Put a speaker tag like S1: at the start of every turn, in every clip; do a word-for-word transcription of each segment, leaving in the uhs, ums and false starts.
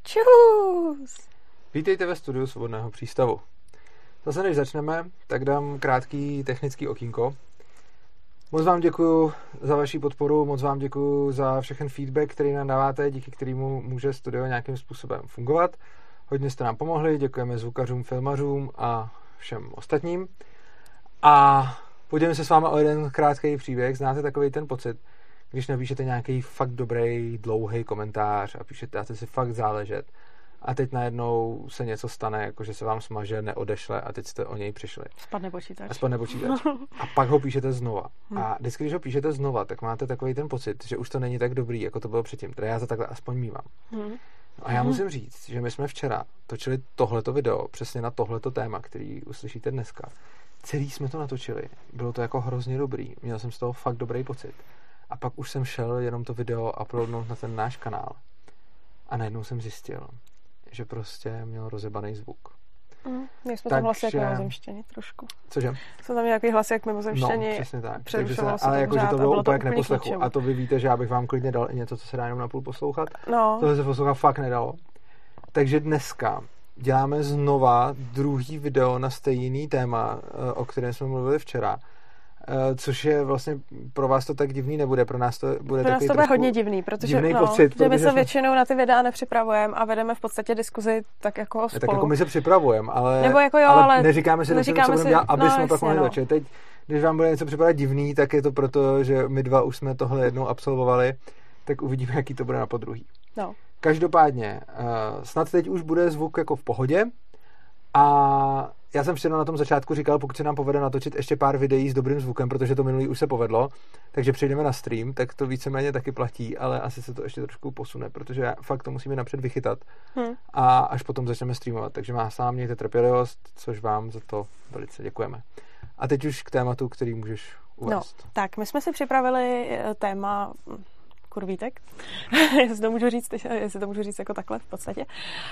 S1: Čus!
S2: Vítejte ve studiu Svobodného přístavu. Zase než začneme, tak dám krátký technický okýnko. Moc vám děkuju za vaši podporu, moc vám děkuju za všechen feedback, který nám dáváte, díky kterému může studio nějakým způsobem fungovat. Hodně jste nám pomohli, děkujeme zvukařům, filmařům a všem ostatním. A podělím se s váma o jeden krátký příběh. Znáte takový ten pocit, když napíšete nějaký fakt dobrý, dlouhý komentář a píšete, dáte si fakt záležet. A teď najednou se něco stane, jako že se vám smaže, neodešle a teď jste o něj přišli.
S1: Spadne počítač.
S2: A spadne počítač. A pak ho píšete znova. A vždycky, když ho píšete znova, tak máte takový ten pocit, že už to není tak dobrý, jako to bylo předtím. Teda já to takhle aspoň mívám. No a já musím říct, že my jsme včera točili tohleto video, přesně na tohleto téma, který uslyšíte dneska. Celý jsme to natočili. Bylo to jako hrozně dobrý. Měl jsem z toho fakt dobrý pocit. A pak už jsem šel jenom to video uploadnout na ten náš kanál. A najednou jsem zjistil, že prostě měl rozebaný zvuk.
S1: Mm, my jsme tam hlasy jak mimozemštění trošku.
S2: Cože?
S1: Jsme tam nějaký hlasy jak mimozemštění.
S2: No, přesně tak.
S1: Takže se,
S2: ale jako, že to bylo úplně k neposlechu.
S1: K
S2: a to vy víte, že já bych vám klidně dal i něco, co se dá jenom napůl poslouchat.
S1: No.
S2: Tohle se poslouchat fakt nedalo. Takže dneska děláme znova druhý video na stejný téma, o kterém jsme mluvili včera. Což je vlastně pro vás to tak divný nebude, pro nás to bude
S1: pro nás
S2: takový
S1: to bude hodně divný, protože,
S2: divný
S1: no,
S2: pocit,
S1: že my se
S2: jsme...
S1: většinou na ty videa nepřipravujeme a vedeme v podstatě diskuzi tak jako spolu.
S2: Tak jako my se připravujeme, ale,
S1: Nebo jako jo,
S2: ale,
S1: ale
S2: neříkáme si,
S1: neříkáme
S2: co budeme
S1: si,
S2: dělat, aby
S1: no,
S2: jsme pak mohli
S1: no.
S2: začít. Teď, když vám bude něco připadat divný, tak je to proto, že my dva už jsme tohle jednou absolvovali, tak uvidíme, jaký to bude na podruhý.
S1: No.
S2: Každopádně, uh, snad teď už bude zvuk jako v pohodě a já jsem včera na tom začátku říkal, pokud se nám povede natočit ještě pár videí s dobrým zvukem, protože to minulý už se povedlo, takže přejdeme na stream, tak to víceméně taky platí, ale asi se to ještě trošku posune, protože fakt to musíme napřed vychytat hmm. a až potom začneme streamovat, takže má sám mějte trpělivost, což vám za to velice děkujeme. A teď už k tématu, který můžeš uvést.
S1: No, tak my jsme si připravili téma kurvítek, jestli to můžu říct, jestli to můžu říct jako takhle v podstatě.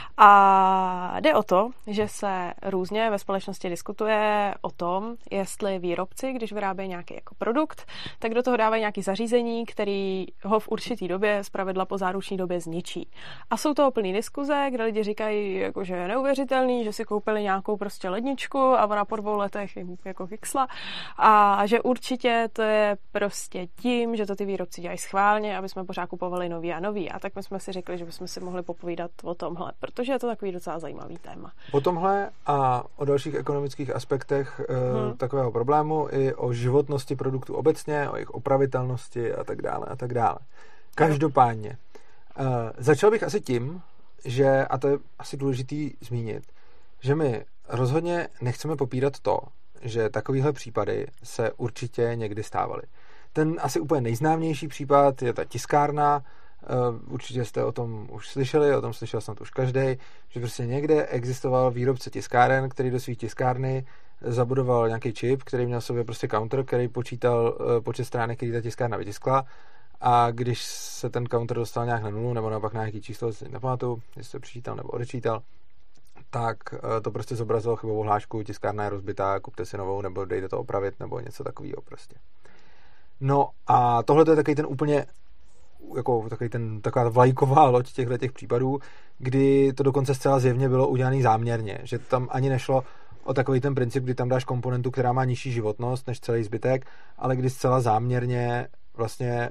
S1: A jde o to, že se různě ve společnosti diskutuje o tom, jestli výrobci, když vyrábějí nějaký jako produkt, tak do toho dávají nějaké zařízení, který ho v určitý době, zpravidla po záruční době, zničí. A jsou to plný diskuze, kde lidi říkají, jako, že je neuvěřitelný, že si koupili nějakou prostě ledničku a ona po dvou letech jim jako kyksla a že určitě to je prostě tím, že to ty výrobci dělají schválně, aby jsme pořád kupovali nový a nový. A tak my jsme si řekli, že bychom si mohli popovídat o tomhle, protože je to takový docela zajímavý téma.
S2: O tomhle a o dalších ekonomických aspektech hmm. e, takového problému, i o životnosti produktů obecně, o jejich opravitelnosti a tak dále a tak dále. Každopádně, e, začal bych asi tím, že, a to je asi důležitý zmínit, že my rozhodně nechceme popírat to, že takovýhle případy se určitě někdy stávaly. Ten asi úplně nejznámější případ je ta tiskárna. Určitě jste o tom už slyšeli, o tom slyšel snad už každý, že prostě někde existoval výrobce tiskáren, který do své tiskárny zabudoval nějaký čip, který měl v sobě prostě counter, který počítal počet stránek, který ta tiskárna vytiskla, a když se ten counter dostal nějak na nulu, nebo naopak na nějaký číslo, si nepamatuju, jestli to přičítal nebo odečítal, tak to prostě zobrazilo chybovou hlášku, tiskárna je rozbitá, kupte si novou, nebo dejte to opravit, nebo něco takového prostě. No a tohle je takový ten úplně jako takový ten, taková vlajková loď těchto těch případů, kdy to dokonce zcela zjevně bylo udělané záměrně, že tam ani nešlo o takový ten princip, kdy tam dáš komponentu, která má nižší životnost než celý zbytek, ale kdy zcela záměrně vlastně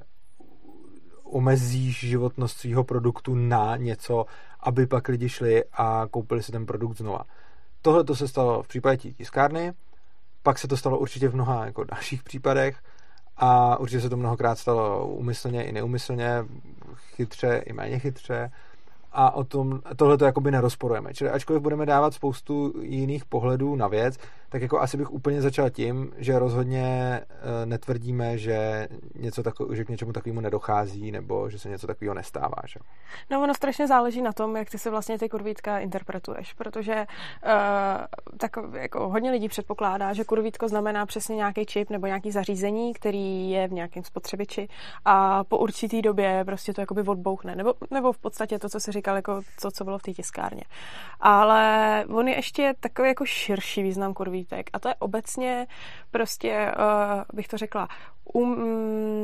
S2: omezíš životnost svého produktu na něco, aby pak lidi šli a koupili si ten produkt znova. Tohle to se stalo v případě tiskárny, pak se to stalo určitě v mnoha jako dalších případech, a určitě se to mnohokrát stalo úmyslně i neúmyslně, chytře i méně chytře. A o tom, tohle to jakoby nerozporujeme. Čili ačkoliv budeme dávat spoustu jiných pohledů na věc, tak jako asi bych úplně začal tím, že rozhodně netvrdíme, že něco tako, že k něčemu takovému nedochází, nebo že se něco takového nestává. Že?
S1: No, ono strašně záleží na tom, jak ty si vlastně ty kurvítka interpretuješ, protože uh, tak jako hodně lidí předpokládá, že kurvítko znamená přesně nějaký čip nebo nějaký zařízení, který je v nějakém spotřebiči a po určitý době prostě to jakoby odbouchne. Nebo, nebo v podstatě to, co se říkal, jako to, co bylo v té tiskárně. Ale on je ještě takový jako širší význam kurvítek a to je obecně prostě, uh, bych to řekla, um,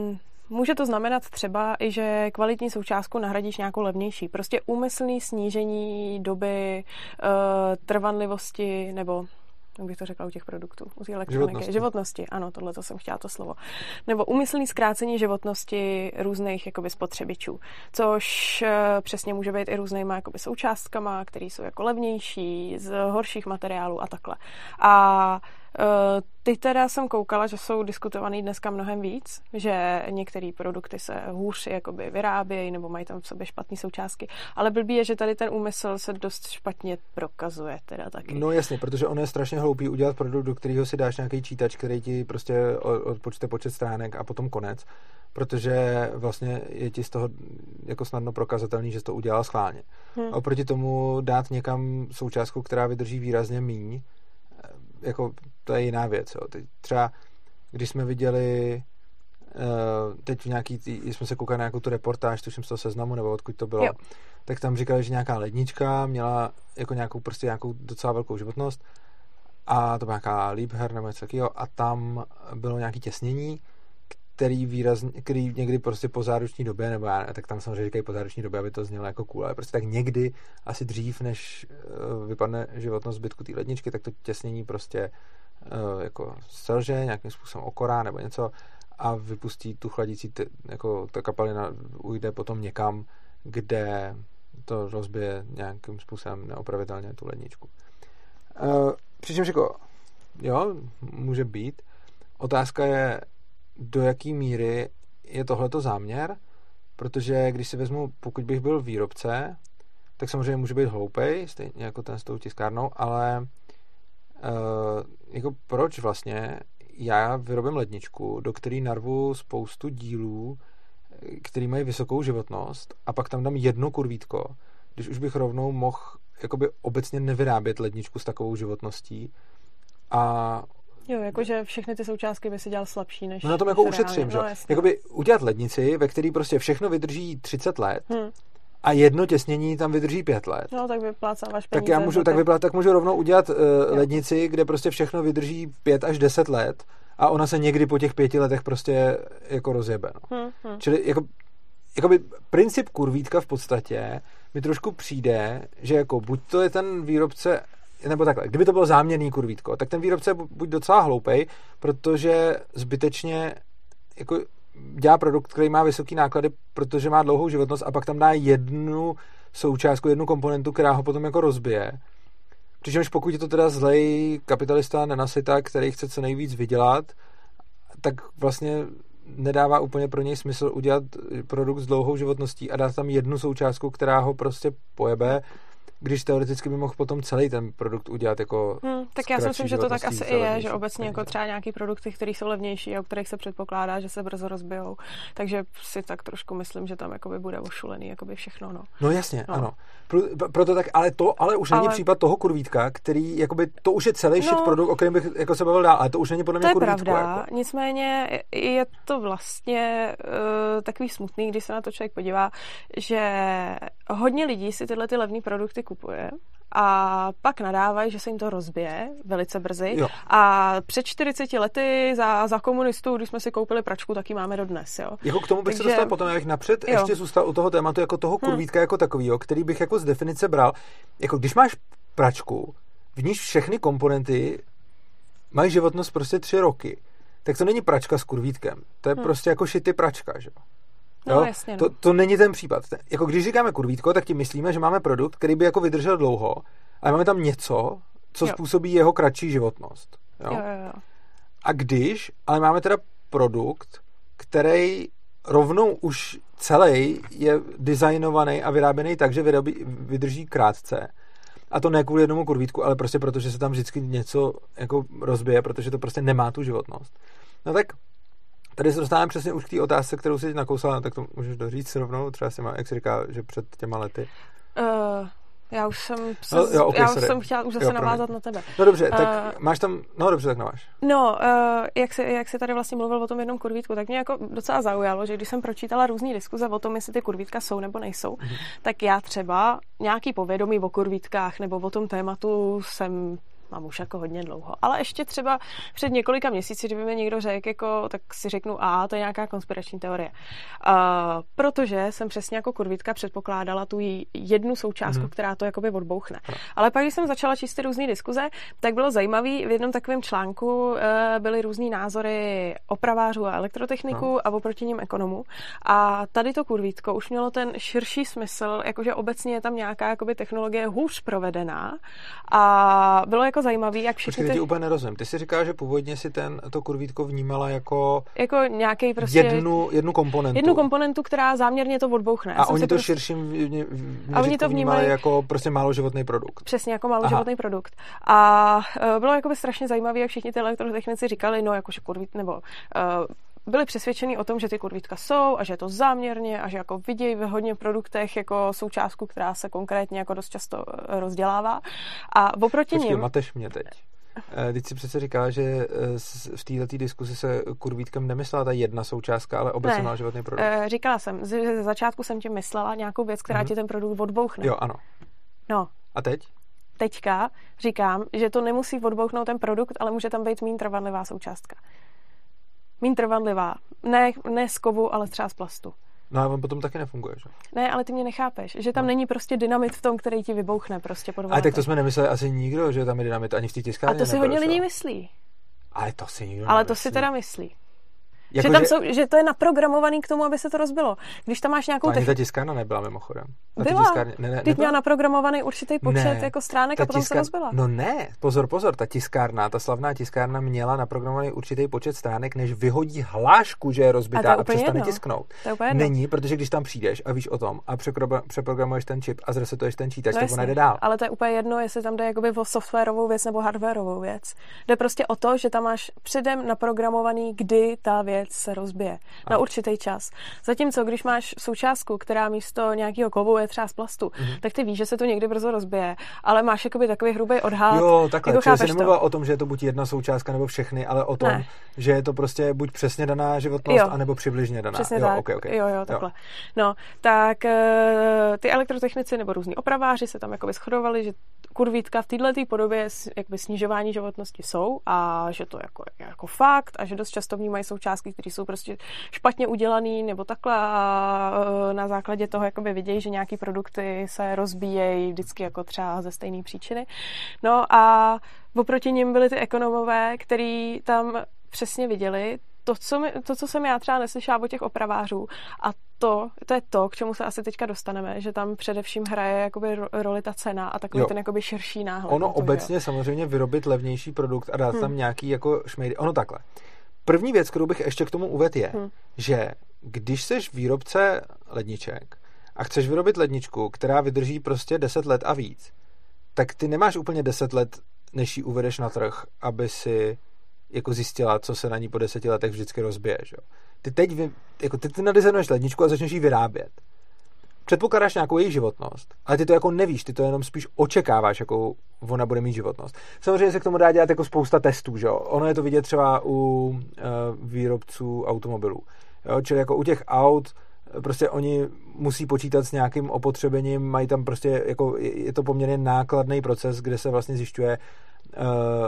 S1: může to znamenat třeba i, že kvalitní součástku nahradíš nějakou levnější. Prostě úmyslný snížení doby uh, trvanlivosti nebo jak bych to řekla u těch produktů, u té elektroniky.
S2: Životnosti.
S1: Životnosti, ano, tohle to jsem chtěla to slovo. Nebo úmyslný zkrácení životnosti různých jakoby spotřebičů, což uh, přesně může být i různýma jakoby součástkama, které jsou jako levnější, z horších materiálů a takhle. A uh, ty teda jsem koukala, že jsou diskutovaný dneska mnohem víc, že některé produkty se hůř jakoby vyrábějí nebo mají tam v sobě špatné součástky, ale blbý je, že tady ten úmysl se dost špatně prokazuje teda taky.
S2: No jasně, protože ono je strašně hloupý udělat produkt, do kterého si dáš nějaký čítač, který ti prostě odpočte počet stránek a potom konec, protože vlastně je ti z toho jako snadno prokazatelný, že jsi to udělal schválně. Hmm. A oproti tomu dát někam součástku, která vydrží výrazně míň, jako to je jiná věc. Jo. Teď třeba, když jsme viděli uh, teď v nějaký, tý, jsme se koukali na nějakou tu reportáž, tuším z toho Seznamu, nebo odkud to bylo, jo. Tak tam říkali, že nějaká lednička měla jako nějakou, prostě nějakou docela velkou životnost a to byla nějaká Liebherr nebo něco takového a tam bylo nějaké těsnění, který výrazně, který někdy prostě po záruční době, nebo já, tak tam samozřejmě říkají po záruční době, aby to znělo jako cool, ale prostě tak někdy, asi dřív, než uh, vypadne životnost zbytku té ledničky, tak to těsnění prostě uh, jako selže, nějakým způsobem okorá nebo něco a vypustí tu chladící, t- jako ta kapalina ujde potom někam, kde to rozbije nějakým způsobem neopravitelně tu ledničku. Uh, přičemž jako, jo, může být. Otázka je, do jaký míry je tohleto záměr, protože když si vezmu, pokud bych byl výrobce, tak samozřejmě může být hloupej, stejně jako ten s tou tiskárnou, ale uh, jako proč vlastně já vyrobím ledničku, do který narvu spoustu dílů, který mají vysokou životnost a pak tam dám jedno kurvítko, když už bych rovnou mohl jakoby obecně nevyrábět ledničku s takovou životností a
S1: jo, jakože všechny ty součástky by si dělal slabší, než...
S2: No na tom jako ušetřím, že? No, jakoby udělat lednici, ve který prostě všechno vydrží třicet let hmm. a jedno těsnění tam vydrží pět let.
S1: No, tak vyplácáváš peníze.
S2: Tak já můžu, tak, vyplát, tak můžu rovnou udělat uh, lednici, kde prostě všechno vydrží pět až deset let a ona se někdy po těch pěti letech prostě jako rozjebe. No. Hmm, hmm. Čili jako, jakoby princip kurvítka v podstatě mi trošku přijde, že jako buď to je ten výrobce, nebo takhle, kdyby to bylo záměrný kurvítko, tak ten výrobce je buď docela hloupej, protože zbytečně jako dělá produkt, který má vysoký náklady, protože má dlouhou životnost a pak tam dá jednu součástku, jednu komponentu, která ho potom jako rozbije. Přičemž pokud je to teda zlej kapitalista nenasyta, který chce co nejvíc vydělat, tak vlastně nedává úplně pro něj smysl udělat produkt s dlouhou životností a dát tam jednu součástku, která ho prostě pojebe, když teoreticky by mohl potom celý ten produkt udělat jako
S1: hmm, tak já si myslím, že to tak asi i je, že obecně jako třeba nějaký produkty, které jsou levnější a u kterých se předpokládá, že se brzo rozbijou, takže si tak trošku myslím, že tam jakoby bude ošulený jakoby všechno, no.
S2: No jasně, no. Ano. Pro, proto tak, ale to ale už ale... není případ toho kurvítka, který jakoby, to už je celý no, shit produkt, o kterém bych jako se bavil dál, ale to už není podle mě kurvítko.
S1: To je pravda,
S2: jako.
S1: Nicméně je to vlastně uh, takový smutný, když se na to člověk podívá, že hodně lidí si tyhle ty levné produkty kupuje a pak nadávají, že se jim to rozbije velice brzy. Jo. A před čtyřiceti lety za, za komunistů, když jsme si koupili pračku, taky máme dodnes. Jo.
S2: Jako k tomu bych Takže, se dostal potom, jak napřed jo. ještě zůstal u toho tématu jako toho kurvítka hmm. jako takovýho, který bych jako z definice bral. Jako když máš pračku, v níž všechny komponenty mají životnost prostě tři roky, tak to není pračka s kurvítkem. To je hmm. prostě jako šity pračka, že jo.
S1: No, jasně, no.
S2: To, to není ten případ. Jako když říkáme kurvítko, tak tím myslíme, že máme produkt, který by jako vydržel dlouho, ale máme tam něco, co jo. způsobí jeho kratší životnost. Jo?
S1: Jo, jo, jo.
S2: A když, ale máme teda produkt, který rovnou už celý je designovaný a vyráběný tak, že vyrobí, vydrží krátce. A to ne kvůli jednomu kurvítku, ale prostě proto, že se tam vždycky něco jako rozbije, protože to prostě nemá tu životnost. No tak tady se dostáváme přesně už k té otázce, kterou si teď nakousala, tak to můžeš doříct rovnou, třeba si má, jak jsi říká, že před těma lety.
S1: Uh, já už jsem, se,
S2: no, jo, okay,
S1: já už jsem chtěla už zase jo, navázat na tebe.
S2: No dobře, tak uh, máš tam, no dobře, tak naváž.
S1: No, uh, jak jsi, jak jsi tady vlastně mluvil o tom jednom kurvítku, tak mě jako docela zaujalo, že když jsem pročítala různý diskuze o tom, jestli ty kurvítka jsou nebo nejsou, mm-hmm. tak já třeba nějaký povědomí o kurvítkách nebo o tom tématu jsem mám už jako hodně dlouho. Ale ještě třeba před několika měsíci, kdyby mi někdo řekl, jako, tak si řeknu, a to je nějaká konspirační teorie. Uh, protože jsem přesně jako kurvítka předpokládala tu jednu součástku, mm. která to jakoby odbouchne. No. Ale pak, když jsem začala číst ty různé diskuze, tak bylo zajímavý, v jednom takovém článku uh, byly různý názory opravářů a elektrotechniků no. a oproti nim ekonomů. A tady to kurvítko už mělo ten širší smysl, jakože obecně je tam nějaká jakoby technologie hůř provedená a bylo jako zajímavý, jak všichni...
S2: Počkej, ty... úplně nerozumím. Ty si říkáš, že původně si ten, to kurvítko vnímala jako...
S1: Jako nějaký prostě...
S2: Jednu, jednu komponentu.
S1: Jednu komponentu, která záměrně to odbouchne.
S2: A oni to prostě... širším měřítku to vnímali jako prostě máloživotný produkt.
S1: Přesně, jako máloživotný produkt. A bylo jakoby strašně zajímavé, jak všichni ty elektrotechnici říkali, no jakože kurvít, nebo... Uh, byli přesvědčení o tom, že ty kurvítka jsou a že je to záměrně a že jako vidějí v hodně produktech jako součástku, která se konkrétně jako dost často rozdělává. A oproti
S2: Počkej,
S1: nim...
S2: mateš mě teď. Teď si přece říkala, že v této diskusi se kurvítkem nemyslela ta jedna součástka, ale obecně máloživotný produkt.
S1: Říkala jsem, že ze začátku jsem ti myslela nějakou věc, která mm-hmm. ti ten produkt odbouchne.
S2: Jo, ano.
S1: No.
S2: A teď?
S1: Teďka říkám, že to nemusí odbouchnout ten produkt, ale může tam být méně trvanlivá součástka. Míň trvanlivá. Ne, ne z kovu, ale třeba z plastu.
S2: No a on potom taky nefunguje, že?
S1: Ne, ale ty mě nechápeš, že tam no. není prostě dynamit v tom, který ti vybouchne prostě pod
S2: Ale tak to jsme nemysleli asi nikdo, že tam je dynamit ani v té tiskárně.
S1: A to si
S2: nebyl,
S1: hodně lidí myslí.
S2: Ale to si nikdo
S1: Ale
S2: nemyslí.
S1: to si teda myslí.
S2: Jako
S1: že, tam
S2: že...
S1: Jsou, že to je naprogramovaný k tomu, aby se to rozbilo. Když tam máš nějakou...
S2: Ani ta tiskárna nebyla mimochodem.
S1: Na byla. Tiskárně... Ne, ne, Teď měla naprogramovaný určitý počet ne, jako stránek a potom tiskár... se rozbila.
S2: No ne, pozor, pozor, ta tiskárna, ta slavná tiskárna měla naprogramovaný určitý počet stránek, než vyhodí hlášku, že je rozbitá a, a přestane jedno. tisknout. Není, protože když tam přijdeš a víš o tom a přeprogramuješ ten čip a zresetuješ ten čítač, no tak ona jde dál.
S1: Ale to je úplně jedno, jestli tam jde jakoby o softwarovou věc nebo hardwarovou věc. Jde prostě o to, že tam máš předem naprogramovaný, kdy ta věc se rozbije. Na a. určitý čas. Zatímco, když máš součástku, která místo nějakého kovu je třeba z plastu, mm-hmm. tak ty víš, že se to někdy brzo rozbije, ale máš jakoby takový hrubý odhad.
S2: Jo, takhle.
S1: Jako
S2: Čili jsi nemluvila o tom, že je to buď jedna součástka nebo všechny, ale o tom, ne. že je to prostě buď přesně daná životnost, jo. anebo přibližně daná.
S1: Přesně
S2: jo,
S1: tak.
S2: Okay, okay.
S1: Jo, jo, takhle. Jo. No, tak ty elektrotechnici nebo různí opraváři se tam jakoby shodovali, že kurvítka v této podobě jakoby snižování životnosti jsou a že to jako, jako fakt a že dost často vnímají součástky, které jsou prostě špatně udělaný nebo takhle a na základě toho jakoby vidějí, že nějaký produkty se rozbíjejí vždycky jako třeba ze stejné příčiny. No a oproti nim byli ty ekonomové, který tam přesně viděli to, co, mi, to, co jsem já třeba neslyšela od těch opravářů a to, to je to, k čemu se asi teďka dostaneme, že tam především hraje jakoby roli ta cena a takový jo. ten jakoby širší náhled.
S2: Ono to, obecně že? samozřejmě vyrobit levnější produkt a dát hmm. tam nějaký jako šmejdy. Ono takhle. První věc, kterou bych ještě k tomu uvedl, je, hmm. že když seš výrobce ledniček a chceš vyrobit ledničku, která vydrží prostě deset let a víc, tak ty nemáš úplně deset let, než ji uvedeš na trh, aby si jako zjistila, co se na ní po deseti letech vždycky rozbije. Že? Ty teď jako ty, ty nadizajnuješ ledničku a začneš ji vyrábět. Předpokládáš nějakou její životnost, ale ty to jako nevíš, ty to jenom spíš očekáváš, jakou ona bude mít životnost. Samozřejmě se k tomu dá dělat jako spousta testů, že jo? Ono je to vidět třeba u uh, výrobců automobilů. Jo? Čili jako u těch aut prostě oni musí počítat s nějakým opotřebením, mají tam prostě jako, je to poměrně nákladný proces, kde se vlastně zjišťuje uh,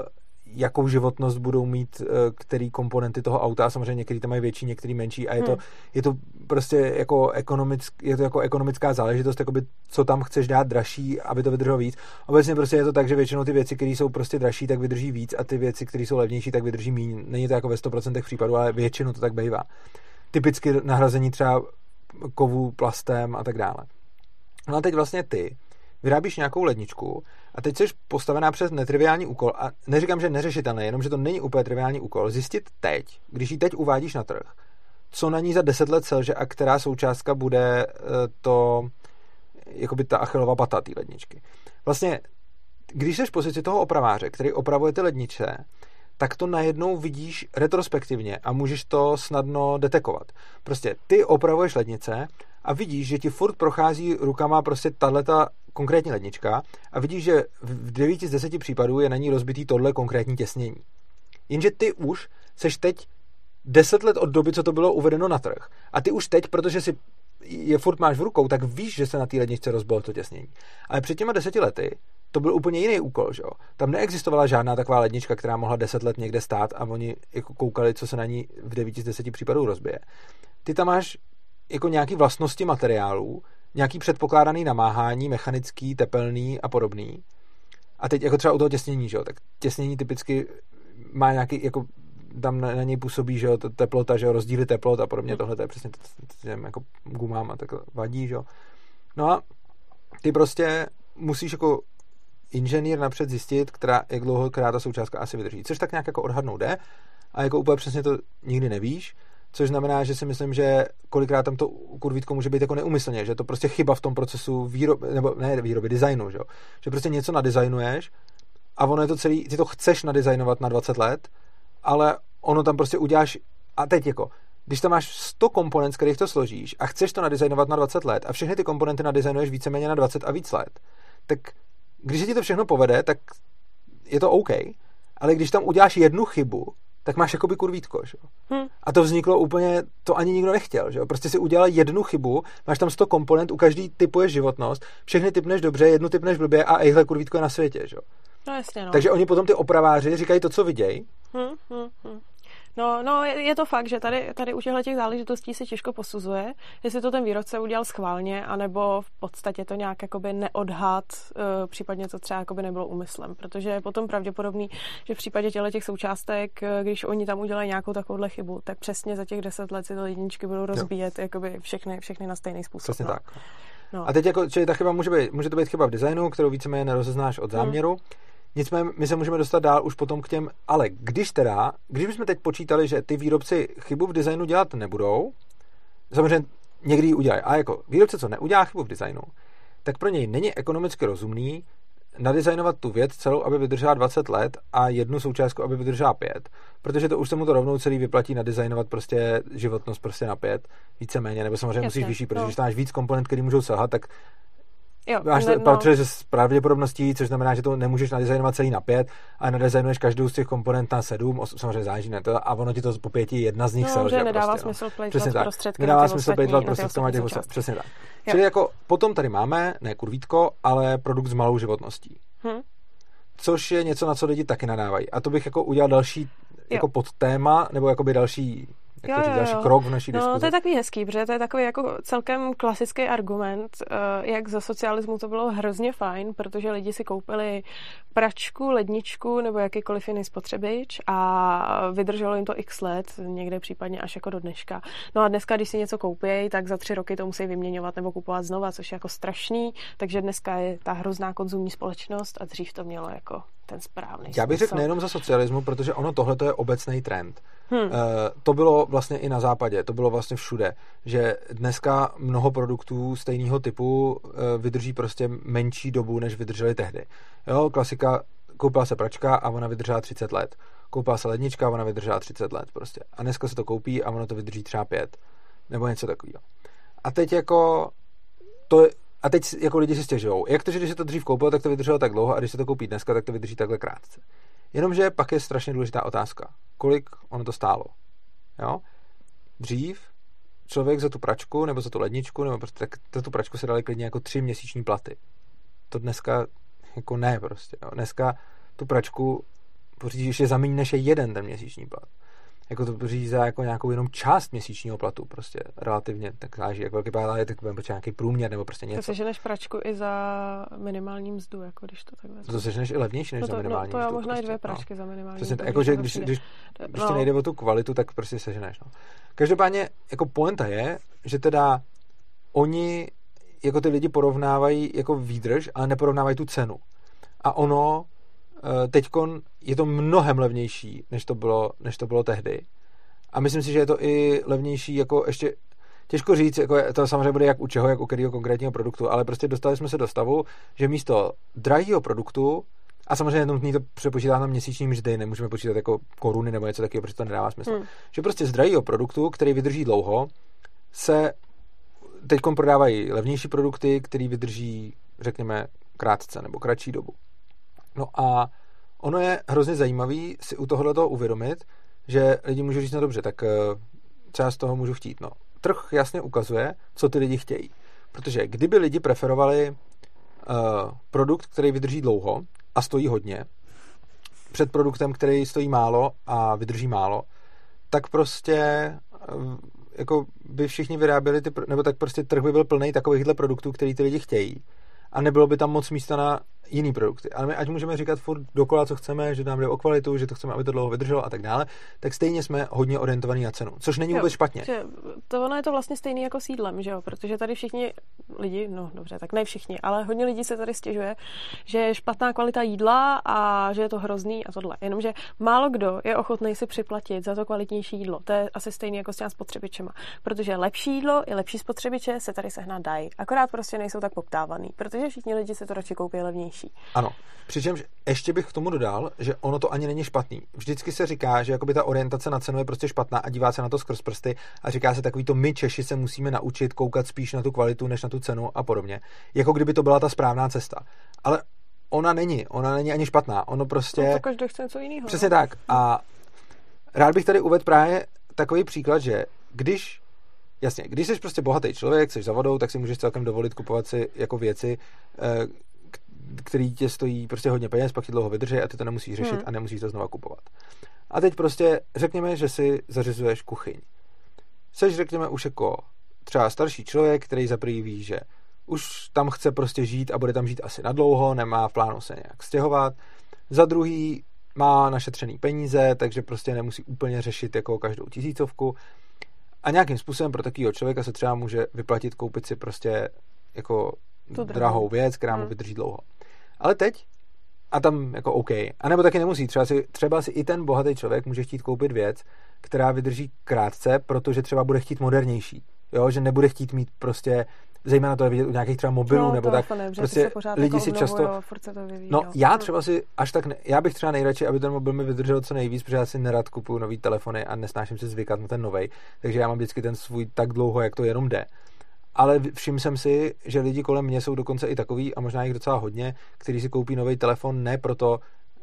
S2: jakou životnost budou mít uh, který komponenty toho auta a samozřejmě některý tam mají větší, některý menší a je to, hmm. je to prostě jako, ekonomick, je to jako ekonomická záležitost, jakoby, co tam chceš dát dražší, aby to vydrželo víc. Obecně prostě je to tak, že většinou ty věci, které jsou prostě dražší, tak vydrží víc a ty věci, které jsou levnější, tak vydrží méně. Není to jako ve sto procent případů, ale většinou to tak bývá. Typicky nahrazení třeba kovu plastem a tak dále. No a teď vlastně ty vyrábíš nějakou ledničku a teď jsi postavená přes netriviální úkol a neříkám, že neřešitelné, jenom, že to není úplně triviální úkol, zjistit teď, když ji teď uvádíš na trh, co na ní za deset let selže a která součástka bude to, jakoby ta Achillova pata té ledničky. Vlastně, když jsi v pozici toho opraváře, který opravuje ty lednice, tak to najednou vidíš retrospektivně a můžeš to snadno detekovat. Prostě ty opravuješ lednice a vidíš, že ti furt prochází rukama prostě tahleta konkrétní lednička a vidíš, že v devíti z deseti případů je na ní rozbitý tohle konkrétní těsnění. Jenže ty už seš teď deset let od doby, co to bylo uvedeno na trh. A ty už teď, protože si je furt máš v rukou, tak víš, že se na té ledničce rozbilo to těsnění. Ale před těma deseti lety to byl úplně jiný úkol, že jo. Tam neexistovala žádná taková lednička, která mohla deset let někde stát a oni jako koukali, co se na ní v devěti z deseti případů rozbije. Ty tam máš jako nějaký vlastnosti materiálů, nějaký předpokládaný namáhání, mechanický, tepelný a podobný. A teď jako třeba u toho těsnění, že jo, tak těsnění typicky má nějaký, jako tam na, na něj působí, že jo, teplota, že jo, rozdíly teplot a podobně, tohle to je přesně těm jako gumám a tak vadí, že jo. No a ty prostě musíš jako inženýr napřed zjistit, která, jak dlouho která ta součástka asi vydrží, což tak nějak jako odhadnout jde a jako úplně přesně to nikdy nevíš, což znamená, že si myslím, že kolikrát tam to kurvítko může být jako neumyslně, že to prostě chyba v tom procesu výroby, nebo ne výroby, designu, že jo, že prostě něco nadizajnuješ a ono je to celý, ty to chceš nadizajnovat na dvacet let, ale ono tam prostě uděláš, a teď jako, když tam máš sto komponent, z kterých to složíš a chceš to nadizajnovat na dvacet let a všechny ty komponenty nadizajnuješ víceméně na dvacet a víc let, tak když se ti to všechno povede, tak je to OK, ale když tam uděláš jednu chybu, tak máš jakoby kurvítko, že? Hmm. A to vzniklo úplně, to ani nikdo nechtěl, že? Prostě si udělal jednu chybu, máš tam sto komponent, u každý typuješ životnost, všechny typneš dobře, jednu typneš blbě a ejhle kurvítko je na světě, že?
S1: No jasně, no.
S2: Takže oni potom ty opraváři říkají to, co vidějí.
S1: Hmm, hmm, hmm. No, no je, je to fakt, že tady, tady u těchto těch záležitostí se těžko posuzuje, jestli to ten výrobce udělal schválně, anebo v podstatě to nějak jakoby neodhad, uh, případně to třeba jakoby nebylo úmyslem, protože je potom pravděpodobný, že v případě těchto těch součástek, když oni tam udělají nějakou takovouhle chybu, tak přesně za těch deset let si ty ledničky budou rozbíjet jakoby všechny, všechny na stejný způsob.
S2: Přesně
S1: no.
S2: tak.
S1: No.
S2: A teď jako, čili ta chyba může být, může to být chyba v designu, kterou víceméně nerozeznáš od záměru. Hmm. Nicméně my se můžeme dostat dál už potom k těm, ale když teda, když bychom teď počítali, že ty výrobci chybu v designu dělat nebudou, samozřejmě někdy ji udělají, a jako výrobce, co neudělá chybu v designu, tak pro něj není ekonomicky rozumný nadizajnovat tu věc celou, aby vydržela dvacet let a jednu součástku, aby vydržela pět, protože to už se mu to rovnou celý vyplatí nadizajnovat prostě životnost prostě na pět, víceméně, nebo samozřejmě Jasně, musíš vyšší, protože no. když tam máš víc komponent, který můžou selhat, tak
S1: Jo,
S2: máš
S1: ne,
S2: to, no. protože s pravděpodobností, což znamená, že to nemůžeš nadizajnovat celý na pět, ale nadizajnuješ každou z těch komponent na sedm, samozřejmě záleží na to, a ono ti to po pěti jedna z nich
S1: no,
S2: selže.
S1: Že nedává
S2: prostě,
S1: smysl
S2: no.
S1: plejtvat prostředky
S2: nedává
S1: na ty
S2: smysl plejtvat prostředky na těch ostatních. Přesně tak. Jo. Čili jako potom tady máme, ne kurvítko, ale produkt s malou životností. Hm? Což je něco, na co lidi taky nadávají. A to bych jako udělal další jako podtéma, nebo jakoby další Jak to říct, další krok v naší diskuzi.
S1: No, to je takový hezký, protože to je takový jako celkem klasický argument, jak za socialismu to bylo hrozně fajn, protože lidi si koupili pračku, ledničku nebo jakýkoliv jiný spotřebič a vydrželo jim to x let, někde případně až jako do dneška. No a dneska, když si něco koupí, tak za tři roky to musí vyměňovat nebo kupovat znova, což je jako strašný, takže dneska je ta hrozná konzumní společnost a dřív to mělo jako ten správný
S2: Já bych
S1: smysl.
S2: řekl nejenom za socialismu, protože ono tohle to je obecný trend.
S1: Hmm.
S2: Uh, to bylo vlastně i na západě, to bylo vlastně všude, že dneska mnoho produktů stejného typu uh, vydrží prostě menší dobu, než vydržely tehdy. Jo, klasika, koupila se pračka a ona vydržela třicet let. Koupila se lednička a ona vydržela třicet let prostě. A dneska se to koupí a ono to vydrží třeba pět. Nebo něco takového. A teď jako to je, a teď jako lidi si stěžujou. Jak to, že když se to dřív koupilo, tak to vydrželo tak dlouho, a když se to koupí dneska, tak to vydrží takhle krátce. Jenomže pak je strašně důležitá otázka. Kolik ono to stálo? Jo? Dřív člověk za tu pračku, nebo za tu ledničku, nebo prostě tak za tu pračku se dali klidně jako tři měsíční platy. To dneska jako ne prostě. Jo? Dneska tu pračku pořídíš je za méně než je jeden ten měsíční plat. Jako to pořídí za jako nějakou jenom část měsíčního platu, prostě relativně, tak záleží, jak velký plat je, tak budeme počítat nějaký průměr nebo prostě něco.
S1: To seženeš pračku i za minimální mzdu, jako když to tak vezme.
S2: To seženeš i levnější než
S1: no to,
S2: za minimální
S1: no, to já
S2: mzdu.
S1: možná
S2: prostě,
S1: i dvě pračky
S2: no.
S1: za minimální
S2: Přesně,
S1: mzdu.
S2: jako, že když, když, když no. ti nejde o tu kvalitu, tak prostě seženeš. No. Každopádně, jako pointa je, že teda oni, jako ty lidi porovnávají jako výdrž, ale neporovnávají tu cenu. A ono, teďkon je to mnohem levnější, než to bylo, než to bylo tehdy. A myslím si, že je to i levnější, jako ještě těžko říct, jako to samozřejmě bude jak u čeho, jak u kterého konkrétního produktu, ale prostě dostali jsme se do stavu, že místo drahého produktu, a samozřejmě nutný to přepočítat na měsíční mzdy, nemůžeme počítat jako koruny nebo něco takového, protože to nedává smysl. Hmm. Že prostě z drahého produktu, který vydrží dlouho, se teďkom prodávají levnější produkty, který vydrží, řekněme, krátce nebo kratší dobu. No a ono je hrozně zajímavý si u tohoto uvědomit, že lidi můžou říct, no dobře, tak třeba z toho můžu chtít. No, trh jasně ukazuje, co ty lidi chtějí. Protože kdyby lidi preferovali uh, produkt, který vydrží dlouho a stojí hodně, před produktem, který stojí málo a vydrží málo, tak prostě jako by všichni vyráběli ty, nebo tak prostě trh by byl plný takovýchhle produktů, který ty lidi chtějí. A nebylo by tam moc místa na jiný produkty. Ale my ať můžeme říkat furt dokola, co chceme, že nám jde o kvalitu, že to chceme, aby to dlouho vydrželo a tak dále, tak stejně jsme hodně orientovaní na cenu, což není jo, vůbec špatně.
S1: To ono je to vlastně stejný jako s jídlem, že jo? Protože tady všichni lidi, no dobře, tak ne všichni, ale hodně lidí se tady stěžuje, že je špatná kvalita jídla a že je to hrozný a tohle. Jenomže málo kdo je ochotný si připlatit za to kvalitnější jídlo. To je asi stejný jako s těma spotřebičema, protože lepší jídlo i lepší spotřebiče se tady sehnat dají. Akorát prostě nejsou tak poptávaný, protože všichni lidi se to radši koupí levnější.
S2: Ano. Přičemž ještě bych k tomu dodal, že ono to ani není špatný. Vždycky se říká, že jakoby ta orientace na cenu je prostě špatná a dívá se na to skrz prsty a říká se takový to my Češi se musíme naučit koukat spíš na tu kvalitu než na tu cenu a podobně. Jako kdyby to byla ta správná cesta. Ale ona není, ona není ani špatná. Ono prostě...
S1: No to každý chce něco jiného.
S2: Přesně no? tak. A rád bych tady uvedl právě takový příklad, že když jasně, když jsi prostě bohatý člověk, jsi za vodou, tak si můžeš celkem dovolit kupovat si jako věci, který tě stojí prostě hodně peněz, pak ti dlouho vydrží a ty to nemusíš řešit hmm. a nemusíš to znova kupovat. A teď prostě řekněme, že si zařizuješ kuchyň. Seš, řekněme, už jako třeba starší člověk, který za prvý ví, že už tam chce prostě žít a bude tam žít asi nadlouho, nemá v plánu se nějak stěhovat. Za druhý má našetřený peníze, takže prostě nemusí úplně řešit jako každou tisícovku. A nějakým způsobem pro takového člověka se třeba může vyplatit koupit si prostě jako drahou věc, která mu vydrží dlouho. Ale teď, a tam jako OK, a nebo taky nemusí, třeba si, třeba si i ten bohatý člověk může chtít koupit věc, která vydrží krátce, protože třeba bude chtít modernější, jo, že nebude chtít mít prostě, zejména to je vidět u nějakých třeba mobilů, no, nebo tak, prostě lidi jako si často,
S1: to vyvíjí,
S2: no jo. Já třeba si až tak, ne, já bych třeba nejradši, aby ten mobil mi vydržel co nejvíc, protože já si nerad kupuju nový telefony a nesnáším si zvykat na ten novej, takže já mám vždycky ten svůj tak dlouho, jak to jenom jde. Ale všiml jsem si, že lidi kolem mě jsou dokonce i takový, a možná jich docela hodně, kteří si koupí nový telefon ne proto,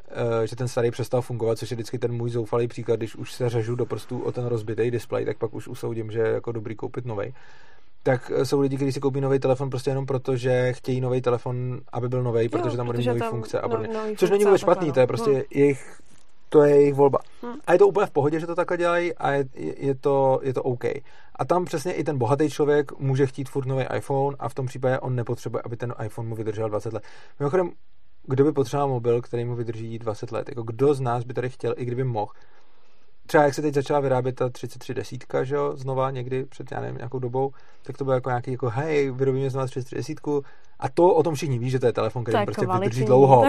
S2: že ten starý přestal fungovat, což je vždycky ten můj zoufalý příklad, když už se řežu do prstů o ten rozbitý displej, tak pak už usoudím, že je jako dobrý koupit novej. Tak jsou lidi, kteří si koupí nový telefon prostě jenom proto, že chtějí nový telefon, aby byl nový, protože tam bude mít nový funkce a podobně. No, což není vůbec špatný, to je prostě hmm. jejich, to je jejich volba. Hmm. A je to úplně v pohodě, že to takhle dělají a je, je, to, je to OK. A tam přesně i ten bohatý člověk může chtít furt nový iPhone a v tom případě on nepotřebuje, aby ten iPhone mu vydržel dvacet let. Mimochodem, kdo by potřeboval mobil, který mu vydrží dvacet let? Jako kdo z nás by tady chtěl, i kdyby mohl? Třeba jak se teď začala vyrábět ta třicet tři desítka, že jo, znova někdy před, já nevím, nějakou dobou, tak to bylo jako nějaký, jako hej, vyrobíme znova třicet tři desítku a to o tom všichni ví, že to je telefon, který prostě kvalitní. Vydrží dlouho.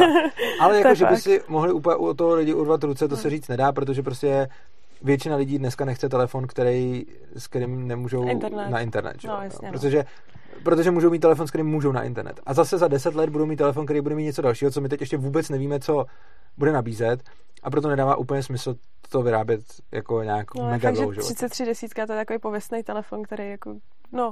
S2: Ale jako, že by si mohli úplně u toho lidi urvat ruce, to se říct nedá, protože prostě většina lidí dneska nechce telefon, který, s kterým nemůžou internet. na internet, že? No, jasně, no. Protože, protože můžou mít telefon, s kterým můžou na internet. A zase za deset let budou mít telefon, který bude mít něco dalšího, co my teď ještě vůbec nevíme, co bude nabízet, a proto nedává úplně smysl to vyrábět jako nějak
S1: no,
S2: mega dlouho.
S1: třicet tři desítka, to je takový pověstný telefon, který jako, no,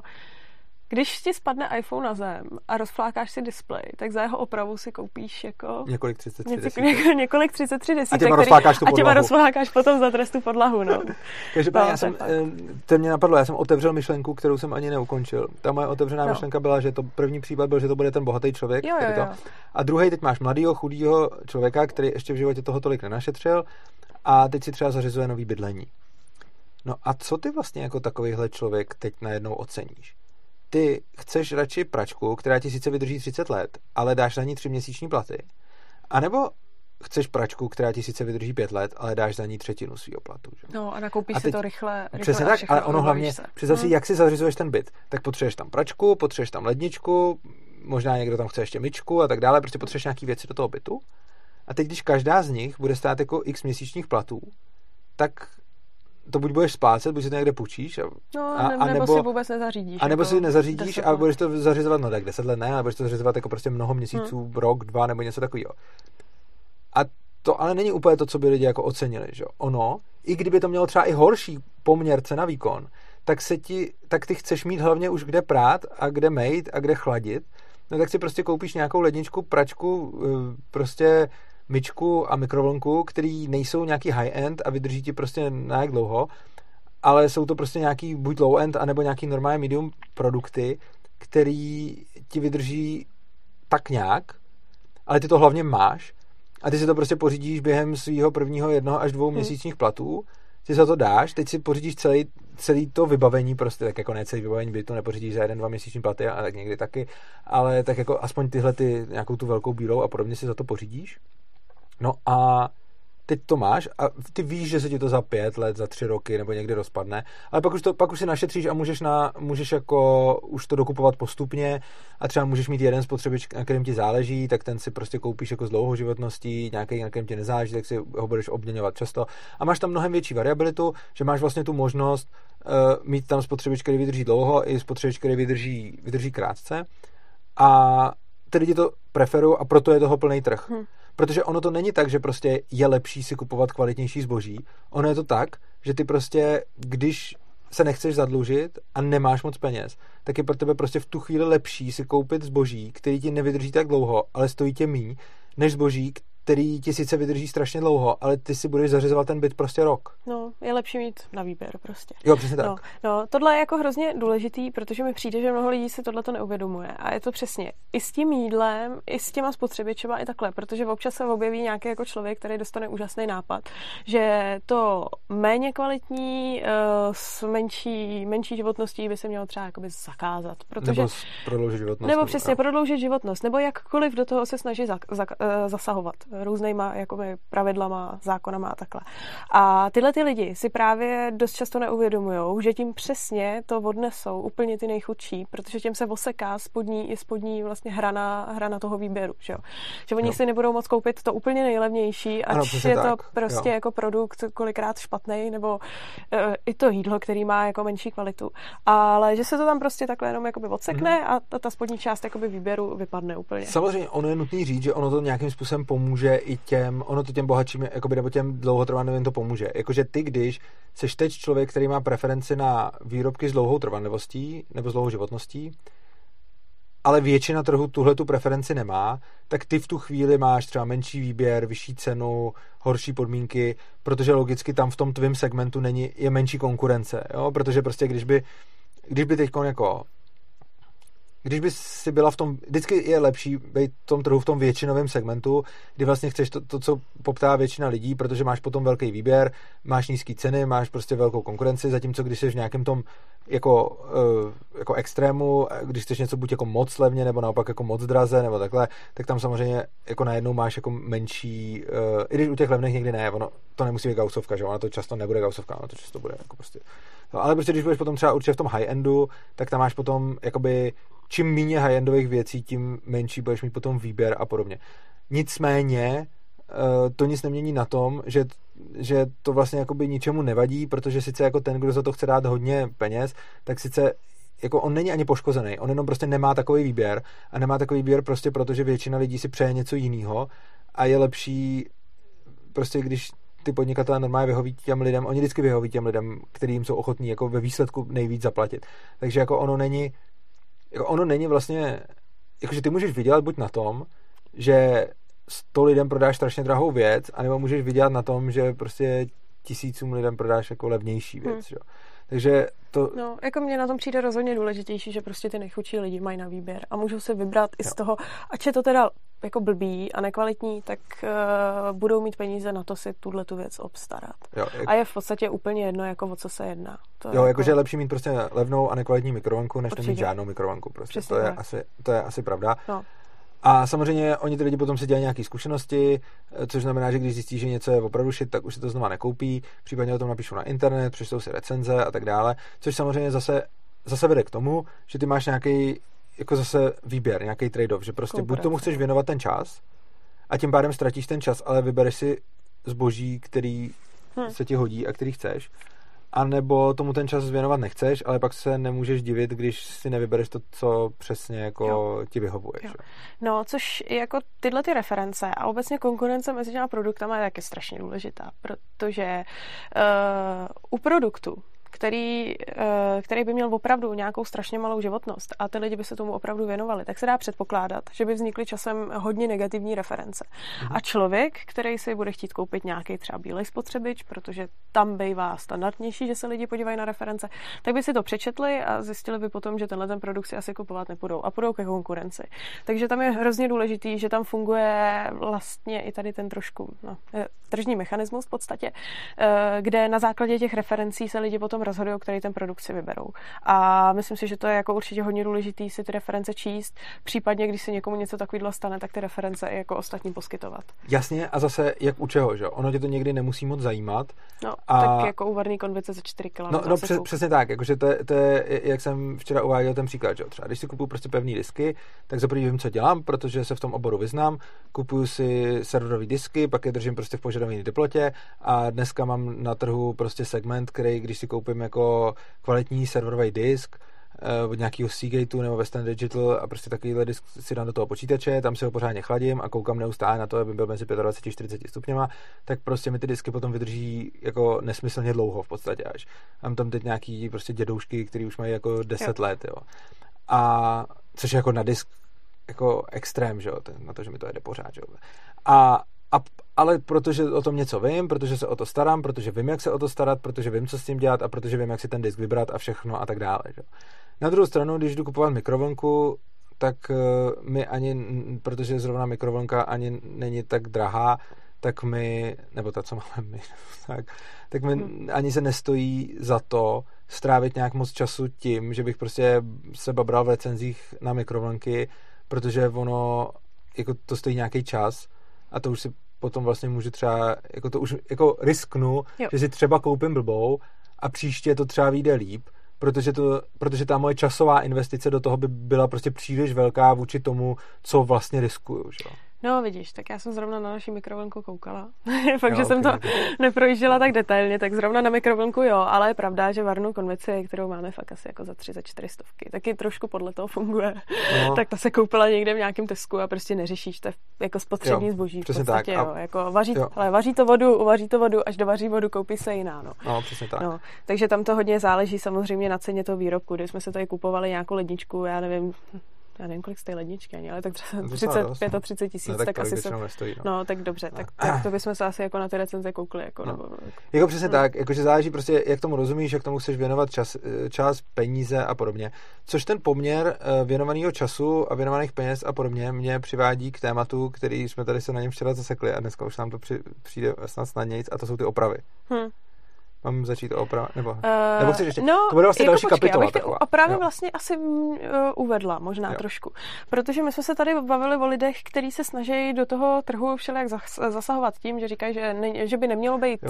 S1: když ti spadne iPhone na zem a rozflákáš si displej, tak za jeho opravu si koupíš jako...
S2: Několik třicet tři
S1: desítek. Několik, několik třicet tři desítek.
S2: A těma rozflákáš tu
S1: podlahu. A těma rozflákáš potom za trestu podlahu, no.
S2: Každopádně, no, já jsem, to mě napadlo, já jsem otevřel myšlenku, kterou jsem ani neukončil. Ta moje otevřená no. myšlenka byla, že to první případ byl, že to bude ten bohatý člověk.
S1: Jo, jo, jo.
S2: To. A druhý, teď máš mladýho, chudýho člověka, který ještě v životě toho tolik nenašetřil a teď si třeba zařizuje nový bydlení. No a co ty vlastně jako takovýhle člověk teď najednou oceníš? Ty chceš radši pračku, která ti sice vydrží třicet let, ale dáš za ní tři měsíční platy. A nebo chceš pračku, která ti sice vydrží pět let, ale dáš za ní třetinu svýho platu. Že?
S1: No a nakoupíš a si to rychle, rychle
S2: přesně tak, ale ono hlavně, představ si, jak si zařizuješ ten byt. Tak potřebuješ tam pračku, potřebuješ tam ledničku, možná někdo tam chce ještě myčku a tak dále, prostě potřebuješ nějaký věci do toho bytu. A teď, když každá z nich bude stát jako x měsíčních platů, tak to buď budeš splácet, buď si to někde půjčíš. A,
S1: no, a, nebo, nebo si vůbec nezařídíš.
S2: A nebo jako si nezařídíš a budeš to zařizovat, no tak deset let ne, ale budeš to zařizovat jako prostě mnoho měsíců, hmm. rok, dva nebo něco takového. A to ale není úplně to, co by lidi jako ocenili, že? Ono, i kdyby to mělo třeba i horší poměr cena výkon, tak se ti, tak ty chceš mít hlavně už kde prát a kde mejt a kde chladit, no tak si prostě koupíš nějakou ledničku, pračku, prostě myčku a mikrovlnku, který nejsou nějaký high-end a vydrží ti prostě na jak dlouho, ale jsou to prostě nějaký buď low-end, anebo nějaký normální medium produkty, který ti vydrží tak nějak, ale ty to hlavně máš a ty si to prostě pořídíš během svého prvního jednoho až dvou hmm. měsíčních platů, ty za to dáš, teď si pořídíš celý, celý to vybavení, prostě tak jako ne celý vybavení, by to nepořídíš za jeden, dva měsíční platy a tak někdy taky, ale tak jako aspoň tyhle ty, nějakou tu velkou bílou a podobně si za to pořídíš. No a teď to máš a ty víš, že se ti to za pět let, za tři roky nebo někdy rozpadne, ale pak už, to, pak už si našetříš a můžeš, na, můžeš jako už to dokupovat postupně a třeba můžeš mít jeden spotřebič, na kterém ti záleží, tak ten si prostě koupíš jako s dlouhou životností, nějaký, na kterém ti nezáleží, tak si ho budeš obměňovat často a máš tam mnohem větší variabilitu, že máš vlastně tu možnost uh, mít tam spotřebič, který vydrží dlouho i spotřebič, který vydrží, vydrží krátce a ty lidi to preferují a proto je toho plný trh. Hmm. Protože ono to není tak, že prostě je lepší si kupovat kvalitnější zboží. Ono je to tak, že ty prostě, když se nechceš zadlužit a nemáš moc peněz, tak je pro tebe prostě v tu chvíli lepší si koupit zboží, který ti nevydrží tak dlouho, ale stojí tě míň, než zboží, který ti sice vydrží strašně dlouho, ale ty si budeš zařizovat ten byt prostě rok.
S1: No, je lepší mít na výběr prostě.
S2: Jo, přesně tak.
S1: No, no, tohle je jako hrozně důležitý, protože mi přijde, že mnoho lidí si tohle to neuvědomuje. A je to přesně i s tím jídlem, i s těma spotřebičema, i takhle, protože občas se objeví nějaký jako člověk, který dostane úžasný nápad, že to méně kvalitní, s menší, menší životností by se mělo třeba jakoby zakázat. Protože,
S2: nebo prodloužit životnost.
S1: Nebo přesně no. prodloužit životnost, nebo jakkoliv do toho se snaží za, za, zasahovat. Různýma jakoby pravidlama, zákonama a takhle. A tyhle ty lidi si právě dost často neuvědomujou, že tím přesně to odnesou úplně ty nejchudší, protože tím se oseká spodní i spodní vlastně hrana, hrana toho výběru. Že, jo? Že oni jo. si nebudou moc koupit to úplně nejlevnější, ať ano, je tak. to prostě jo. jako produkt kolikrát špatný, nebo uh, i to jídlo, který má jako menší kvalitu. Ale že se to tam prostě takhle jenom jakoby odsekne hmm. a ta, ta spodní část jakoby výběru vypadne úplně.
S2: Samozřejmě ono je nutný říct, že ono to nějakým způsobem pomůže i těm, ono to těm bohatším, jakoby, nebo těm dlouhotrvanlivým to pomůže. Jakože ty, když seš teď člověk, který má preferenci na výrobky s dlouhou trvanlivostí nebo s dlouhou životností, ale většina trhu tuhle tu preferenci nemá, tak ty v tu chvíli máš třeba menší výběr, vyšší cenu, horší podmínky, protože logicky tam v tom tvým segmentu není, je menší konkurence, jo? Protože prostě když by, když by teďkon jako když by si byla v tom, vždycky je lepší být v tom trhu v tom většinovém segmentu, kdy vlastně chceš to, to, co poptá většina lidí, protože máš potom velký výběr, máš nízký ceny, máš prostě velkou konkurenci, zatímco když jsi v nějakém tom jako, uh, jako extrému, když chceš něco buď jako moc levně, nebo naopak jako moc draze, nebo takhle, tak tam samozřejmě jako najednou máš jako menší, uh, i když u těch levných někdy ne, ono to nemusí být gaussovka, že ona to často nebude gaussovka, ono to často bude jako prostě. No, ale prostě když budeš potom třeba určitě v tom high-endu, tak tam máš potom jakoby čím méně high-endových věcí, tím menší budeš mít potom výběr a podobně. Nicméně to nic nemění na tom, že, že to vlastně jakoby ničemu nevadí, protože sice jako ten, kdo za to chce dát hodně peněz, tak sice jako on není ani poškozený, on jenom prostě nemá takový výběr a nemá takový výběr prostě proto, že většina lidí si přeje něco jiného a je lepší prostě, když ty podnikatelé normálně vyhoví těm lidem, oni vždycky vyhoví těm lidem, kterým jsou ochotní jako ve výsledku nejvíc zaplatit. Takže jako ono není jako ono není vlastně, jakože ty můžeš vydělat buď na tom, že sto lidem prodáš strašně drahou věc, anebo můžeš vydělat na tom, že prostě tisícům lidem prodáš jako levnější věc, hmm. jo. Takže to... No,
S1: jako mně na tom přijde rozhodně důležitější, že prostě ty nejchudší lidi mají na výběr a můžou se vybrat i jo. z toho, ať je to teda jako blbý a nekvalitní, tak uh, budou mít peníze na to si tuhle tu věc obstarat. Jo, jak... A je v podstatě úplně jedno, jako o co se jedná.
S2: To jo, jako... jakože je lepší mít prostě levnou a nekvalitní mikrovlnku, než nemít žádnou mikrovlnku. Prostě. To je, asi, to je asi pravda. No. A samozřejmě oni ty lidi potom si dělají nějaké zkušenosti, což znamená, že když zjistí, že něco je opravdu shit, tak už si to znova nekoupí, případně o tom napíšou na internet, přečtou si recenze a tak dále, což samozřejmě zase, zase vede k tomu, že ty máš nějaký jako zase výběr, nějaký trade-off, že prostě buď tomu chceš věnovat ten čas a tím pádem ztratíš ten čas, ale vybereš si zboží, který hmm. se ti hodí a který chceš, a nebo tomu ten čas věnovat nechceš, ale pak se nemůžeš divit, když si nevybereš to, co přesně jako jo. ti vyhovuje. Jo.
S1: No, což jako tyhle ty reference a obecně konkurence mezi těma produktama je taky strašně důležitá, protože uh, u produktu, který, který by měl opravdu nějakou strašně malou životnost a ty lidi by se tomu opravdu věnovali, tak se dá předpokládat, že by vznikly časem hodně negativní reference. Mhm. A člověk, který si bude chtít koupit nějaký třeba bílej spotřebič, protože tam bývá standardnější, že se lidi podívají na reference, tak by si to přečetli a zjistili by potom, že tenhle ten produkt si asi kupovat nepůjdou a půjdou ke konkurenci. Takže tam je hrozně důležitý, že tam funguje vlastně i tady ten trošku no, tržní mechanismus v podstatě, kde na základě těch referencí se lidi potom rozhodují, který ten produkt si vyberou. A myslím si, že to je jako určitě hodně důležitý si ty reference číst, případně když se někomu něco takového stane, tak ty reference i jako ostatní poskytovat.
S2: Jasně, a zase jak u čeho, že? Ono tě to někdy nemusí moc zajímat.
S1: No,
S2: a...
S1: tak jako u varný konvice za čtyři kila.
S2: No, no přes, přesně tak, jakože to, to je, jak jsem včera uváděl ten příklad, že? Třeba když si kupuju prostě pevný disky, tak za první vím, co dělám, protože se v tom oboru vyznám, kupuju si serverový disky, pak je držím prostě v požadované teplotě a dneska mám na trhu prostě segment, který, když si koupím jako kvalitní serverový disk od nějakého Seagateu nebo Western Digital a prostě takovýhle disk si dám do toho počítače, tam si ho pořádně chladím a koukám neustále na to, aby byl mezi dvacet pět až čtyřicet stupněma, tak prostě mi ty disky potom vydrží jako nesmyslně dlouho v podstatě až. Mám tam teď nějaký prostě dědoušky, který už mají jako deset jo. let, jo. A což je jako na disk jako extrém, že jo, na to, že mi to jede pořád, že jo. A A, ale protože o tom něco vím, protože se o to starám, protože vím, jak se o to starat, protože vím, co s tím dělat a protože vím, jak si ten disk vybrat a všechno a tak dále. Že? Na druhou stranu, když jdu kupovat mikrovlnku, tak uh, mi ani, protože zrovna mikrovlnka ani není tak drahá, tak mi, nebo ta, co máme my, tak, tak mi hmm. ani se nestojí za to strávit nějak moc času tím, že bych prostě se babral v recenzích na mikrovlnky, protože ono, jako to stojí nějaký čas a to už si potom vlastně můžu třeba, jako to už jako risknu, jo. že si třeba koupím blbou a příště to třeba vyjde líp, protože, to, protože ta moje časová investice do toho by byla prostě příliš velká vůči tomu, co vlastně riskuju, že?
S1: No vidíš, tak já jsem zrovna na naši mikrovlnku koukala. Fakt, jo, že okay, jsem to okay. neprojížděla tak detailně, tak zrovna na mikrovlnku jo, ale je pravda, že varnou konvici, kterou máme fakt asi jako za tři, za čtyři stovky, taky trošku podle toho funguje. No. Tak ta se koupila někde v nějakém Tesku a prostě neřešíš, to je jako spotřební jo, zboží v podstatě, tak. jo, jako vaří, jo. ale vaří to vodu, uvaří to vodu, až dovaří vodu, koupí se jiná, no.
S2: No, přesně tak. No,
S1: takže tam to hodně záleží samozřejmě na ceně toho výrobku, když jsme se tady kupovali nějakou ledničku, já nevím, já nevím, kolik stojí ledničky ani, ale tak třeba třicet, třicet pět tisíc, no, tak, tak asi se... Nestojí, no. no, tak dobře, tak, tak to bychom se asi jako na ty recenze koukli. Jako,
S2: no.
S1: nebo,
S2: jako přesně no. tak, jakože záleží prostě, jak tomu rozumíš, jak tomu chceš věnovat čas, čas, peníze a podobně. Což ten poměr věnovaného času a věnovaných peněz a podobně mě přivádí k tématu, který jsme tady se na něm včera zasekli a dneska už nám to při, přijde snad snadnějc a to jsou ty opravy. Hmm. Mám začít o opravě? Nebo, uh, nebo chceš ještě?
S1: No,
S2: to bude vlastně
S1: jako
S2: další
S1: počkej,
S2: kapitola.
S1: Abych ty opravy jo. vlastně asi uh, uvedla, možná jo. trošku. Protože my jsme se tady bavili o lidech, kteří se snaží do toho trhu všelijak zasahovat tím, že říkají, že, ne, že by nemělo být uh,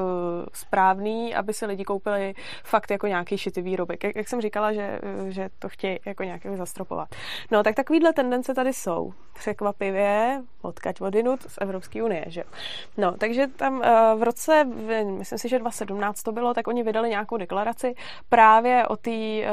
S1: správný, aby se lidi koupili fakt jako nějaký šitý výrobek. Jak, jak jsem říkala, že, že to chtějí jako nějak zastropovat. No, tak takovýhle tendence tady jsou. Překvapivě, odkaď odinut z Evropské unie, že jo. No, takže tam uh, v roce, v, myslím si, že dva tisíce sedmnáct to bylo, tak oni vydali nějakou deklaraci právě o té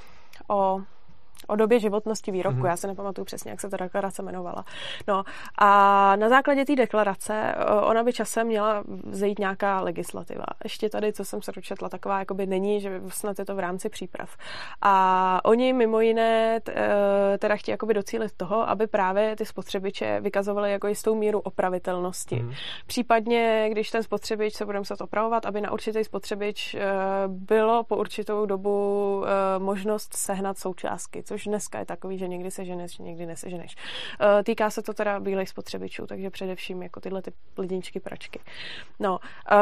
S1: o o době životnosti výrobku. Mm-hmm. Já se nepamatuju přesně, jak se ta deklarace jmenovala. No a na základě té deklarace ona by časem měla zejít nějaká legislativa. Ještě tady, co jsem se dočetla, taková jakoby není, že snad je to v rámci příprav. A oni mimo jiné teda chtějí jakoby docílit toho, aby právě ty spotřebiče vykazovaly jako jistou míru opravitelnosti. Mm-hmm. Případně, když ten spotřebič se bude muset opravovat, aby na určitý spotřebič bylo po určitou dobu možnost sehnat součástky, což dneska je takový, že někdy seženeš, někdy neseženeš. Týká se to teda bílejch spotřebičů, takže především jako tyhle ty ledničky, pračky. No,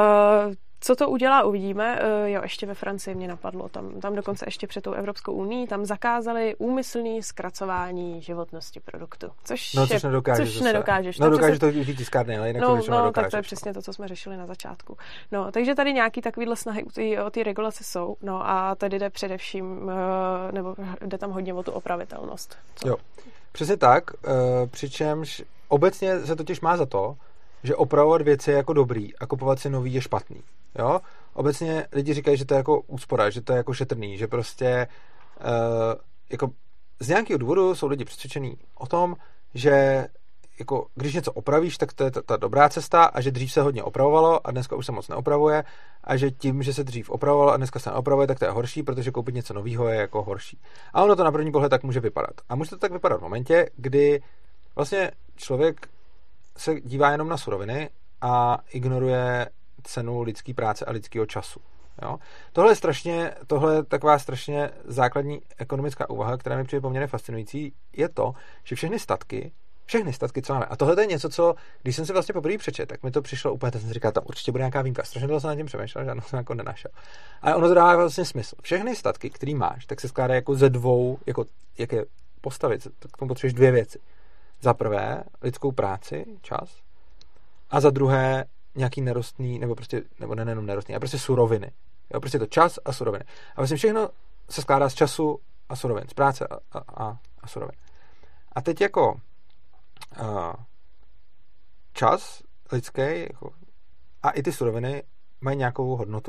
S1: co to udělá, uvidíme. Jo, ještě ve Francii mě napadlo, tam, tam dokonce ještě před tou Evropskou unii, tam zakázali úmyslný zkracování životnosti produktu. Což,
S2: no, což
S1: je,
S2: nedokážeš.
S1: Což nedokážeš.
S2: No, dokážeš to i tiskárny, ale jinak
S1: no,
S2: to většinou
S1: no,
S2: nedokážeš.
S1: tak to je přesně to, co jsme řešili na začátku. No, takže tady nějaký takovýhle snahy o té regulace jsou. No a tady jde především, nebo jde tam hodně o tu opravitelnost. Co?
S2: Jo, přesně tak, přičemž obecně se totiž má za to, že opravovat věci je jako dobrý a kupovat si nový je špatný. Jo? Obecně lidi říkají, že to je jako úspora, že to je jako šetrný, že prostě uh, jako z nějakého důvodu jsou lidi přesvědčení o tom, že jako, když něco opravíš, tak to je ta, ta dobrá cesta a že dřív se hodně opravovalo a dneska už se moc neopravuje a že tím, že se dřív opravovalo a dneska se neopravuje, tak to je horší, protože koupit něco nového je jako horší. A ono to na první pohled tak může vypadat. A může to tak vypadat v momentě, kdy vlastně člověk se dívá jenom na suroviny a ignoruje cenu lidské práce a lidského času. Jo? Tohle je strašně, tohle je taková strašně základní ekonomická úvaha, která mi přijde poměrně fascinující, je to, že všechny statky, všechny statky, co máme, a tohle je něco, co, když jsem si vlastně poprvé přečetl, tak mi to přišlo úplně, tak jsem si říkal, tam určitě bude nějaká výjimka. Strašně dlouho jsem nad tím přemýšlel, žádnou jsem jako nenašel. Ale ono to dává vlastně smysl. Všechny statky, který máš, tak se skládají jako ze dvou, jako, jak je postavit, k tomu potřebuješ dvě věci. Za prvé lidskou práci, čas, a za druhé nějaký nerostný, nebo prostě, nebo ne nejenom nerostný, ale prostě suroviny. Jo, prostě to čas a suroviny. A vlastně všechno se skládá z času a surovin, z práce a, a, a surovin. A teď jako uh, čas lidský jako, a i ty suroviny mají nějakou hodnotu.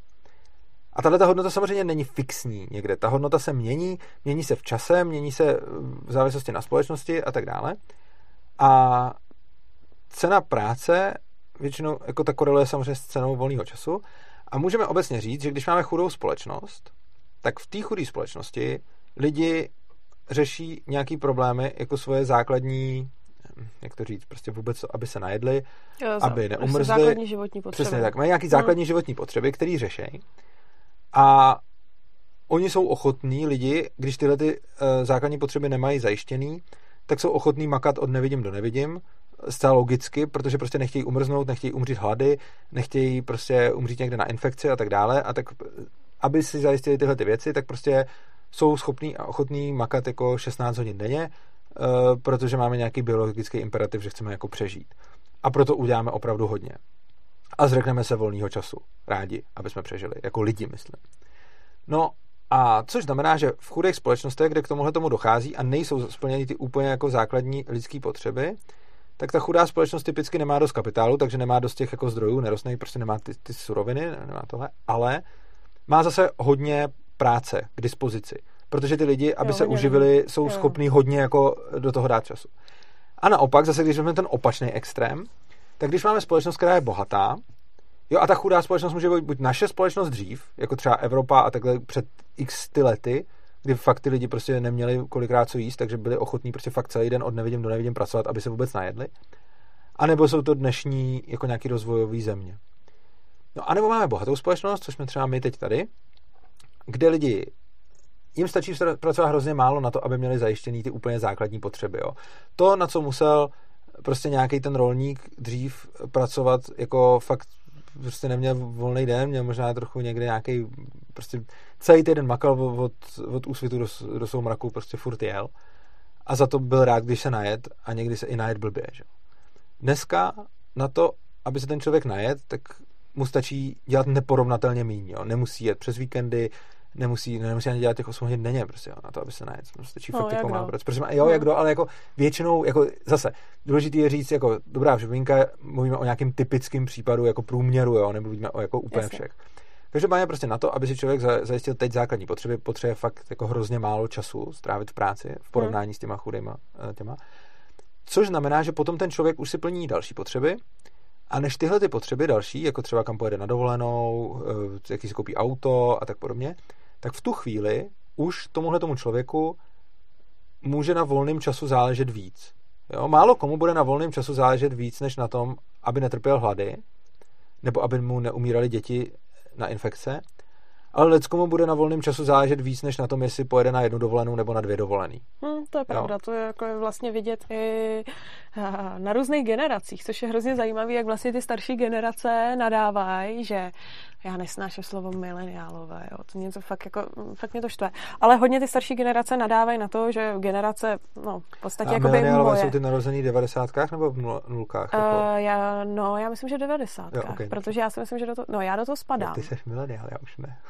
S2: A tahle ta hodnota samozřejmě není fixní někde. Ta hodnota se mění, mění se v čase, mění se v závislosti na společnosti a tak dále. A cena práce většinou jako ta koreluje samozřejmě s cenou volného času. A můžeme obecně říct, že když máme chudou společnost, tak v té chudé společnosti lidi řeší nějaký problémy jako svoje základní, jak to říct, prostě vůbec, aby se najedli, jo, aby neumrzli.
S1: Prostě základní životní potřeby.
S2: Přesně tak. Mají nějaký základní hmm. životní potřeby, který řeší. A oni jsou ochotní lidi, když tyhle ty uh, základní potřeby nemají zajištěný, tak jsou ochotní makat od nevidím do nevidím, zcela logicky, protože prostě nechtějí umrznout, nechtějí umřít hlady, nechtějí prostě umřít někde na infekci a tak dále. A tak, aby si zajistili tyhle ty věci, tak prostě jsou schopní a ochotní makat jako šestnáct hodin denně, uh, protože máme nějaký biologický imperativ, že chceme jako přežít. A proto uděláme opravdu hodně. A zřekneme se volného času. Rádi, aby jsme přežili. Jako lidi, myslím. No a což znamená, že v chudých společnostech, kde k tomuhle tomu dochází a nejsou splněny ty úplně jako základní lidské potřeby, tak ta chudá společnost typicky nemá dost kapitálu, takže nemá dost těch jako zdrojů, nerostných, prostě nemá ty, ty suroviny, nemá tohle, ale má zase hodně práce k dispozici. Protože ty lidi, aby jo, se uživili, jsou jo. schopní hodně jako do toho dát času. A naopak, zase když máme ten opačný extrém, tak když máme společnost, která je bohatá, jo, a ta chudá společnost může být buď naše společnost dřív, jako třeba Evropa a takhle před x ty lety, kdy fakt ty lidi prostě neměli kolikrát co jíst, takže byli ochotní prostě fakt celý den od nevidím do nevidím pracovat, aby se vůbec najedli. A nebo jsou to dnešní jako nějaký rozvojový země. No a nebo máme bohatou společnost, což jsme třeba my teď tady, kde lidi jim stačí pracovat hrozně málo na to, aby měli zajištěný ty úplně základní potřeby. Jo. To, na co musel prostě nějaký ten rolník dřív pracovat, jako fakt prostě neměl volný den, měl možná trochu někde nějaký, prostě celý týden makal od, od úsvitu do, do soumraku, prostě furt jel a za to byl rád, když se najet a někdy se i najet blbě. Že? Dneska na to, aby se ten člověk najet, tak mu stačí dělat neporovnatelně míň. Jo? Nemusí jet přes víkendy, nemusí, nemusí ani dělat těch osm hodin denně prostě, jo, na to, aby se najet. Stačí no, fakt jako málo. Protože, jo, no. jak do, ale jako většinou, jako zase, důležitý je říct, jako dobrá připomínka, mluvíme o nějakým typickým případu, jako průměru, jo, nemluvíme o jako úplně Jasně. všech. Každopádně prostě na to, aby si člověk zajistil teď základní potřeby, potřebuje fakt jako hrozně málo času strávit v práci v porovnání hmm. s těma chudýma těma. Což znamená, že potom ten člověk už si plní další potřeby a než tyhle ty potřeby další, jako třeba kam pojede na dovolenou, jaký si koupí auto a tak podobně, tak v tu chvíli už tomuhle tomu člověku může na volném času záležet víc. Jo? Málo komu bude na volném času záležet víc, než na tom, aby netrpěl hlady, nebo aby mu neumírali děti na infekce, ale leckomu bude na volném času záležet víc, než na tom, jestli pojede na jednu dovolenou nebo na dvě dovolený.
S1: Hmm, to je pravda, jo? To je jako vlastně vidět i na různých generacích, což je hrozně zajímavé, jak vlastně ty starší generace nadávají, že já nesnáším slovo mileniálové, jo, to něco fakt jako, fakt mě to štve. Ale hodně ty starší generace nadávají na to, že generace, no, v podstatě jako by moje. A mileniálové
S2: jsou ty narozený v devadesátkách nebo v nulkách?
S1: Uh, já, no, já myslím, že v devadesátkách, jo, okay, protože já si myslím, že do toho, no, já do toho spadám.
S2: Jo, ty seš mileniál, já už ne.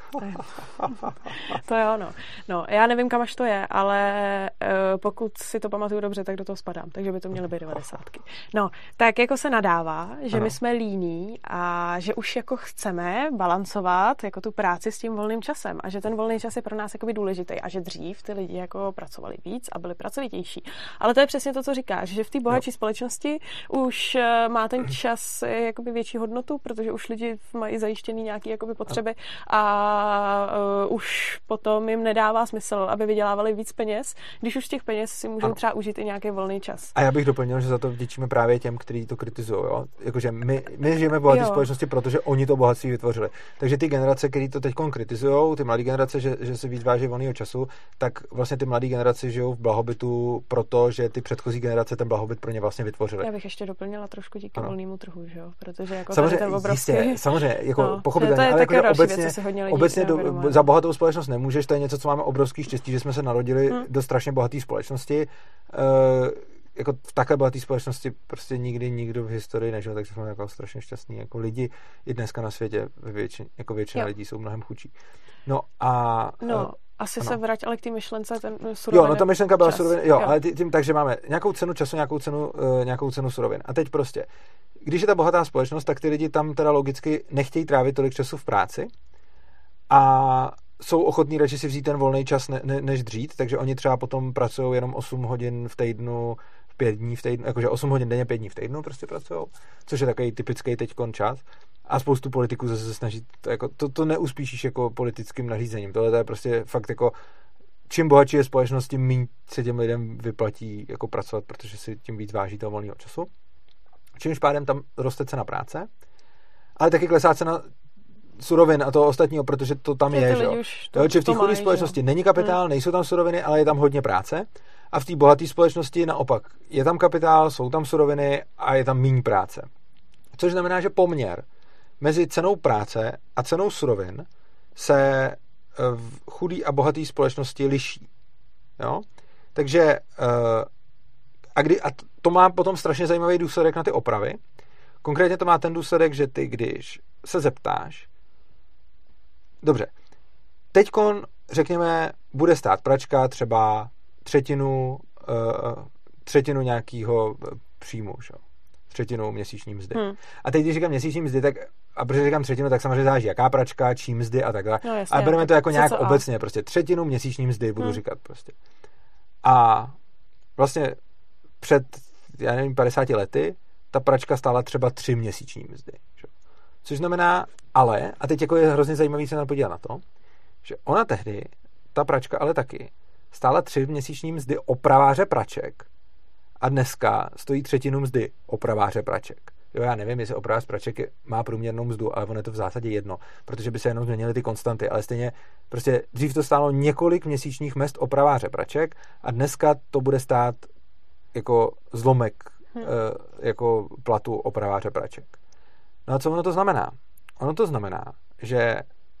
S1: To jo, no. No, já nevím, kam až to je, ale uh, pokud si to pamatuju dobře, tak do toho spadám, takže by to měly být devadesátky. No, tak jako se nadává, že ano. my jsme líní a že už jako chceme balancovat jako tu práci s tím volným časem a že ten volný čas je pro nás jakoby důležitý a že dřív ty lidi jako pracovali víc a byli pracovitější. Ale to je přesně to, co říkáš, že v té bohatší no. společnosti už má ten čas jakoby větší hodnotu, protože už lidi mají zajištěný nějaký jakoby potřeby a uh, už potom jim nedává smysl, aby vydělávali víc peněz, když už z těch peněz si můžou ano. třeba užít i nějaký volný čas.
S2: A já bych doplnil, že za to vděčíme právě těm, kteří to kritizují. Jo? Jakože my, my žijeme v bohaté společnosti, protože oni to bohatství vytvořili. Takže ty generace, které to teď kritizují, ty mladé generace, že, že se víc váží volného času, tak vlastně ty mladé generace žijou v blahobytu, protože ty předchozí generace ten blahobyt pro ně vlastně vytvořily.
S1: Já bych ještě doplnila trošku díky ano. volnému trhu, že jo? Protože jako
S2: samozřejmě,
S1: ten obrovský... jistě,
S2: samozřejmě, jako
S1: no,
S2: pochopitelně,
S1: to je, to je
S2: ale jako obecně,
S1: věc,
S2: obecně do, za bohatou společnost nemůžeš, to je něco, co máme obrovský štěstí, že jsme se narodili hmm. do strašně bohaté společnosti. Uh, jako v takhle bohaté společnosti prostě nikdy nikdo v historii nežil, takže jsme jako strašně šťastní. Jako lidi i dneska na světě, většin, jako většina jo. lidí jsou mnohem chudší. No a...
S1: No. Asi ano. se vrať, ale k té myšlence ten surovin.
S2: Jo, no ta myšlenka byla surovin, jo, jo. ale tím, takže máme nějakou cenu času, nějakou cenu, uh, nějakou cenu surovin. A teď prostě, když je ta bohatá společnost, tak ty lidi tam teda logicky nechtějí trávit tolik času v práci a jsou ochotní radši si vzít ten volný čas ne, ne, než dřít, takže oni třeba potom pracují jenom osm hodin v týdnu, pět dní v týdnu, jakože osm hodin denně, pět dní v týdnu prostě pracují, což je takový typický teďkon čas. A spoustu politiků zase se snaží, to, jako, to, to neuspíšíš jako politickým nařízením. Tohle to je prostě fakt jako, čím bohatší je společnost, tím méně se těm lidem vyplatí jako pracovat, protože si tím víc váží toho volného času. Čímž pádem tam roste cena práce, ale taky klesá cena surovin a toho ostatního, protože to tam je, že jo. V té chudé společnosti není kapitál, hmm. nejsou tam suroviny, ale je tam hodně práce. A v té bohaté společnosti naopak je tam kapitál, jsou tam suroviny a je tam méně práce. Což znamená, že poměr mezi cenou práce a cenou surovin se v chudé a bohaté společnosti liší. Jo? Takže a, kdy, a to má potom strašně zajímavý důsledek na ty opravy. Konkrétně to má ten důsledek, že ty, když se zeptáš, dobře, teďkon, řekněme, bude stát pračka třeba třetinu, uh, třetinu nějakého příjmu, že? Třetinu měsíční mzdy. Hmm. A teď, když říkám měsíční mzdy, tak a protože říkám třetinu, tak samozřejmě záleží, jaká pračka, čí mzdy a takhle. No, jasně, a bereme to jako nějak obecně, a... prostě třetinu měsíční mzdy budu hmm. říkat prostě. A vlastně před, já nevím, padesáti lety ta pračka stála třeba tři měsíční mzdy. Že? Což znamená, ale, a teď jako je hrozně zajímavý se podívat na to, že ona tehdy, ta pračka ale taky, stála tři měsíční mzdy opraváře praček a dneska stojí třetinu mzdy opraváře praček. Jo, já nevím, jestli opravář praček má průměrnou mzdu, ale ono je to v zásadě jedno, protože by se jenom změnily ty konstanty, ale stejně prostě dřív to stálo několik měsíčních mezd opraváře praček a dneska to bude stát jako zlomek hmm. e, jako platu opraváře praček. No a co ono to znamená? Ono to znamená, že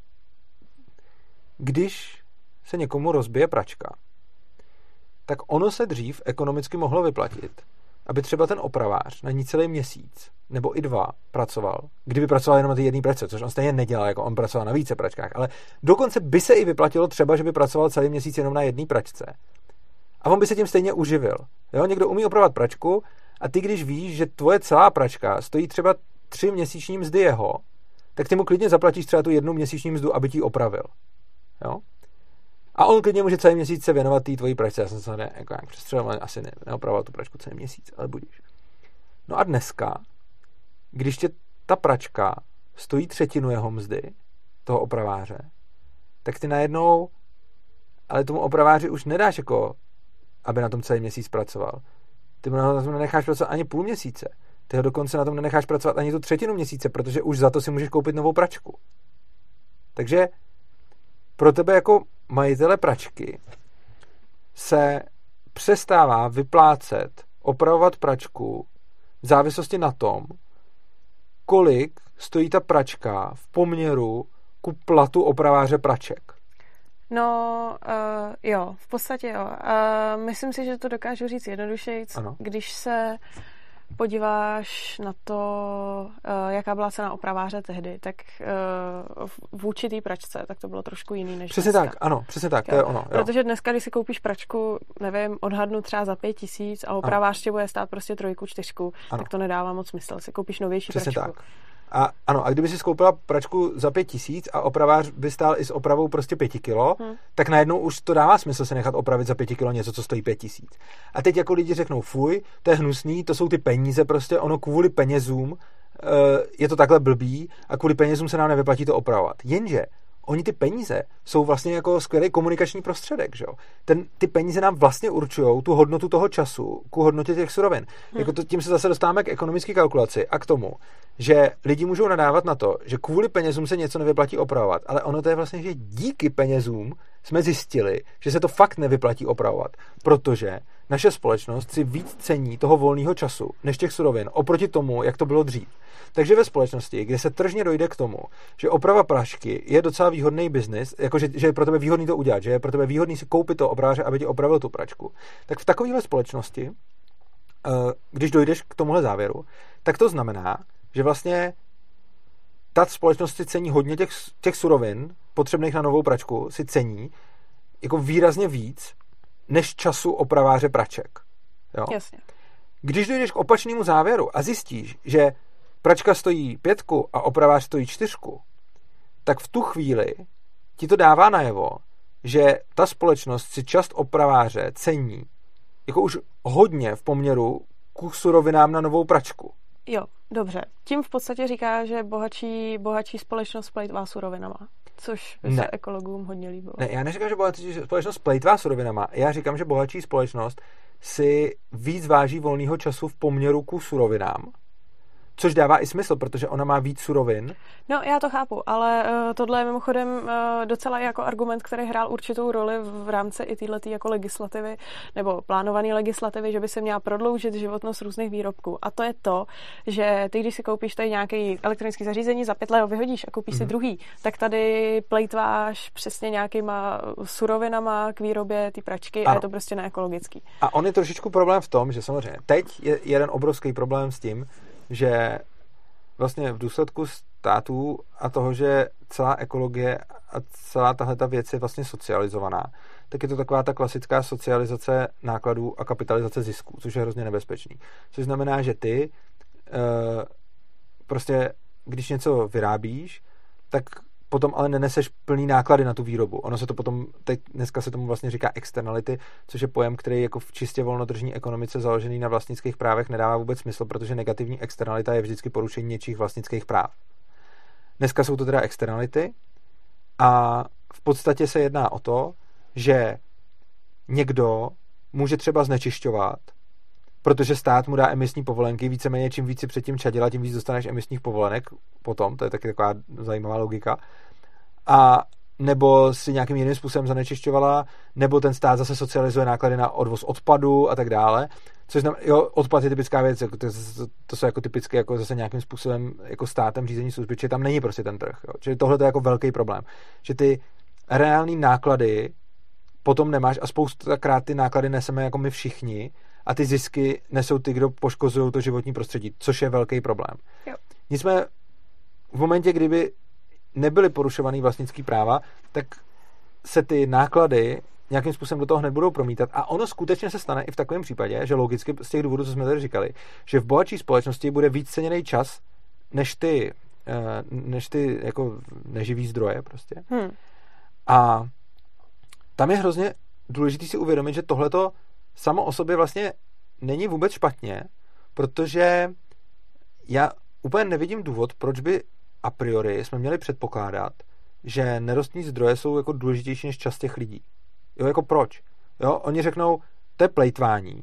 S2: když se někomu rozbije pračka, tak ono se dřív ekonomicky mohlo vyplatit, aby třeba ten opravář na ní celý měsíc nebo i dva pracoval, kdyby pracoval jenom na té jedné pračce, což on stejně nedělal, jako on pracoval na více pračkách, ale dokonce by se i vyplatilo třeba, že by pracoval celý měsíc jenom na jedné pračce. A on by se tím stejně uživil. Jo? Někdo umí opravovat pračku a ty, když víš, že tvoje celá pračka stojí třeba tři měsíční mzdy jeho, tak ty mu klidně zaplatíš třeba tu jednu měsíční mzdu, aby ti ji opravil. Jo? A on klidně může celý měsíc se věnovat té tvojí pračce. Já jsem se ne, jako nějak přestřelil, ale asi ne, neopravoval tu pračku celý měsíc, ale budíš. No a dneska, když tě ta pračka stojí třetinu jeho mzdy, toho opraváře, tak ty najednou, ale tomu opraváři už nedáš jako, aby na tom celý měsíc pracoval. Ty mu na tom nenecháš pracovat ani půl měsíce. Ty ho dokonce na tom nenecháš pracovat ani tu třetinu měsíce, protože už za to si můžeš koupit novou pračku. Takže pro tebe jako majitele pračky se přestává vyplácet opravovat pračku v závislosti na tom, kolik stojí ta pračka v poměru ku platu opraváře praček.
S1: No, uh, jo, v podstatě jo. Uh, myslím si, že to dokážu říct jednodušeji, když se podíváš na to, uh, jaká byla cena opraváře tehdy, tak uh, v určitý pračce, tak to bylo trošku jiný než
S2: přesně
S1: dneska.
S2: tak, ano, přesně tak,
S1: jo.
S2: To je ono. Jo.
S1: Protože dneska, když si koupíš pračku, nevím, odhadnu třeba za pět tisíc a opravář tě bude stát prostě trojku, čtyřku, ano. tak to nedává moc smysl. Si koupíš novější
S2: přesně
S1: pračku.
S2: Tak. A ano, a kdyby si skoupila pračku za pět tisíc a opravář by stál i s opravou prostě pěti kilo, hmm. tak najednou už to dává smysl se nechat opravit za pěti kilo něco, co stojí pět tisíc. A teď jako lidi řeknou, fuj, to je hnusný, to jsou ty peníze, prostě ono kvůli penězům je to takhle blbý a kvůli penězům se nám nevyplatí to opravovat. Jenže oni ty peníze jsou vlastně jako skvělý komunikační prostředek, že jo? Ten, ty peníze nám vlastně určují tu hodnotu toho času ku hodnotě těch surovin. Hmm. Jako to, tím se zase dostáváme k ekonomické kalkulaci a k tomu, že lidi můžou nadávat na to, že kvůli penězům se něco nevyplatí opravovat, ale ono to je vlastně, že díky penězům jsme zjistili, že se to fakt nevyplatí opravovat, protože naše společnost si víc cení toho volného času než těch surovin oproti tomu, jak to bylo dřív. Takže ve společnosti, kde se tržně dojde k tomu, že oprava pračky je docela výhodný biznis, jakože že je pro tebe výhodný to udělat, že je pro tebe výhodný si koupit to opraváře, aby ti opravil tu pračku, tak v takovéhle společnosti, když dojdeš k tomuhle závěru, tak to znamená, že vlastně ta společnost si cení hodně těch, těch surovin potřebných na novou pračku, si cení jako výrazně víc než času opraváře praček. Jo?
S1: Jasně.
S2: Když dojdeš k opačnému závěru a zjistíš, že pračka stojí pětku a opravář stojí čtyřku, tak v tu chvíli ti to dává najevo, že ta společnost si čas opraváře cení jako už hodně v poměru k surovinám na novou pračku.
S1: Jo, dobře. Tím v podstatě říká, že bohatší, bohatší společnost plejtvá surovinama, což by se ekologům hodně líbilo.
S2: Ne, já neříkám, že bohatší společnost plejtvá surovinama, já říkám, že bohatší společnost si víc váží volného času v poměru ku surovinám, což dává i smysl, protože ona má víc surovin.
S1: No, já to chápu, ale uh, tohle je mimochodem uh, docela jako argument, který hrál určitou roli v rámci i této jako legislativy, nebo plánované legislativy, že by se měla prodloužit životnost různých výrobků. A to je to, že ty, když si koupíš tady nějaký elektronický zařízení, za pět let ho vyhodíš a koupíš mm-hmm. si druhý, tak tady plejtváš přesně nějakýma surovinama k výrobě té pračky ano. A je to prostě neekologický.
S2: A on je trošičku problém v tom, že samozřejmě teď je jeden obrovský problém s tím, že vlastně v důsledku států a toho, že celá ekologie a celá tahleta věc je vlastně socializovaná, tak je to taková ta klasická socializace nákladů a kapitalizace zisků, což je hrozně nebezpečný. Což znamená, že ty prostě, když něco vyrábíš, tak potom ale neneseš plný náklady na tu výrobu. Ono se to potom, teď dneska se tomu vlastně říká externality, což je pojem, který jako v čistě volnotržní ekonomice založený na vlastnických právech nedává vůbec smysl, protože negativní externalita je vždycky porušení něčích vlastnických práv. Dneska jsou to teda externality a v podstatě se jedná o to, že někdo může třeba znečišťovat, protože stát mu dá emisní povolenky, víceméně čím víc si předtím čadila, tím víc dostaneš emisních povolenek potom, to je taky taková zajímavá logika. A nebo si nějakým jiným způsobem zanečišťovala, nebo ten stát zase socializuje náklady na odvoz odpadu a tak dále. Což znamená, jo, odpad je typická věc, jako to, to, to jsou jako typické jako zase nějakým způsobem jako státem řízení služby, že tam není prostě ten trh. Jo. Čili tohle je jako velký problém. Že ty reální náklady potom nemáš a spoustakrát ty náklady neseme jako my všichni a ty zisky nesou ty, kdo poškozují to životní prostředí, což je velký problém.
S1: Jo.
S2: Nicméně v momentě, kdyby nebyly porušovaný vlastnický práva, tak se ty náklady nějakým způsobem do toho hned budou promítat a ono skutečně se stane i v takovém případě, že logicky z těch důvodů, co jsme tady říkali, že v bohatší společnosti bude víc ceněný čas než ty, než ty jako neživý zdroje prostě.
S1: Hmm.
S2: A tam je hrozně důležité si uvědomit, že tohleto samo o sobě vlastně není vůbec špatně, protože já úplně nevidím důvod, proč by a priori jsme měli předpokládat, že nerostní zdroje jsou jako důležitější než čas těch lidí. Jo, jako proč? Jo, oni řeknou, to je plejtvání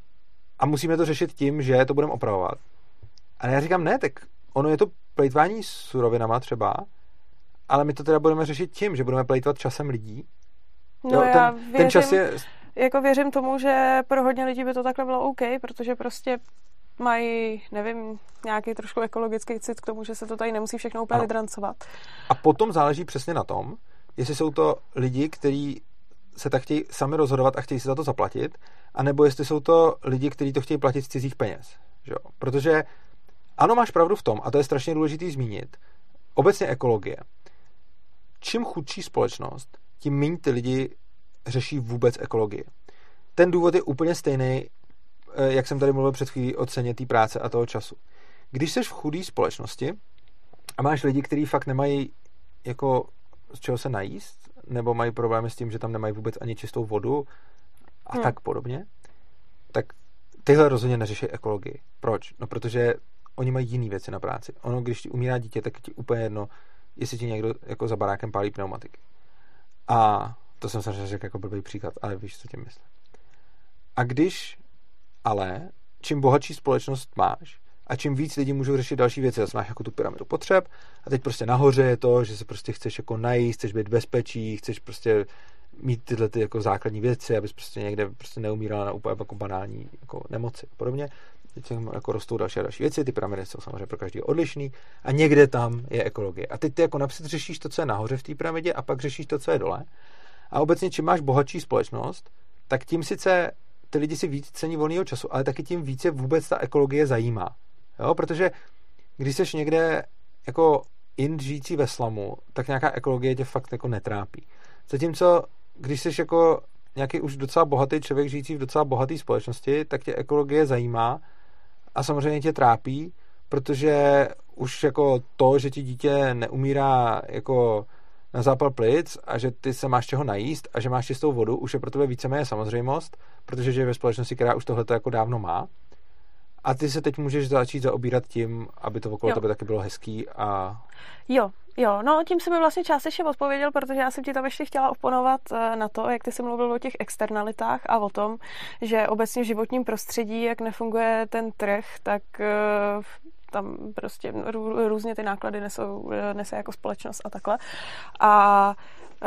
S2: a musíme to řešit tím, že to budeme opravovat. A já říkám, ne, tak ono je to plejtvání s surovinama třeba, ale my to teda budeme řešit tím, že budeme plejtvat časem lidí.
S1: No
S2: jo,
S1: já
S2: ten,
S1: věřím,
S2: ten čas je...
S1: jako věřím tomu, že pro hodně lidí by to takhle bylo OK, protože prostě mají, nevím, nějaký trošku ekologický cit k tomu, že se to tady nemusí všechno úplně vydrancovat.
S2: A potom záleží přesně na tom, jestli jsou to lidi, kteří se tak chtějí sami rozhodovat a chtějí si za to zaplatit, anebo jestli jsou to lidi, kteří to chtějí platit z cizích peněz. Že? Protože ano, máš pravdu v tom, a to je strašně důležitý zmínit, obecně ekologie. Čím chudší společnost, tím méně ty lidi řeší vůbec ekologii. Ten důvod je úplně stejný, jak jsem tady mluvil před chvílí o ceně té práce a toho času. Když jsi v chudé společnosti, A máš lidi, kteří fakt nemají jako z čeho se najíst, nebo mají problémy s tím, že tam nemají vůbec ani čistou vodu a hmm. tak podobně, tak tyhle rozhodně neřeší ekologii. Proč? No protože oni mají jiný věci na práci. Ono, když ti umírá dítě, tak ti úplně jedno, jestli ti někdo jako za barákem pálí pneumatiky. A to jsem samozřejmě řekl jako blbý příklad, ale víš, co tím myslím. A když ale čím bohatší společnost máš a čím víc lidí můžou řešit další věci, zase máš jako tu pyramidu potřeb a teď prostě nahoře je to, že se prostě chceš jako najíst, chceš být v bezpečí, chceš prostě mít tyhle ty jako základní věci, abys prostě někde prostě neumírala na úplně jako banální jako nemoci a podobně. Teď jako rostou další a další věci, ty pyramidy jsou samozřejmě pro každý odlišný a někde tam je ekologie. A teď ty jako napřed řešíš to, co je nahoře v té pyramidě a pak řešíš to, co je dole. A obecně, čím máš bohatší společnost, tak tím sice ty lidi si víc cení volného času, ale taky tím více vůbec ta ekologie zajímá. Jo? Protože když jsi někde jako ind žijící ve slamu, tak nějaká ekologie tě fakt jako netrápí. Zatímco, když jsi jako nějaký už docela bohatý člověk žijící v docela bohaté společnosti, tak tě ekologie zajímá a samozřejmě tě trápí, protože už jako to, že ti dítě neumírá jako na zápal plic a že ty se máš čeho najíst a že máš čistou vodu, už je pro tebe víceméně samozřejmost, protože žije ve společnosti, která už tohleto jako dávno má. A ty se teď můžeš začít zaobírat tím, aby to okolo jo. tebe taky bylo hezký a...
S1: Jo, jo, no tím jsem mi vlastně částečně odpověděl, protože já jsem ti tam ještě chtěla oponovat na to, jak ty jsi mluvil o těch externalitách a o tom, že obecně v životním prostředí, jak nefunguje ten trh, tak tam prostě různě ty náklady nesou, nese jako společnost a takhle. A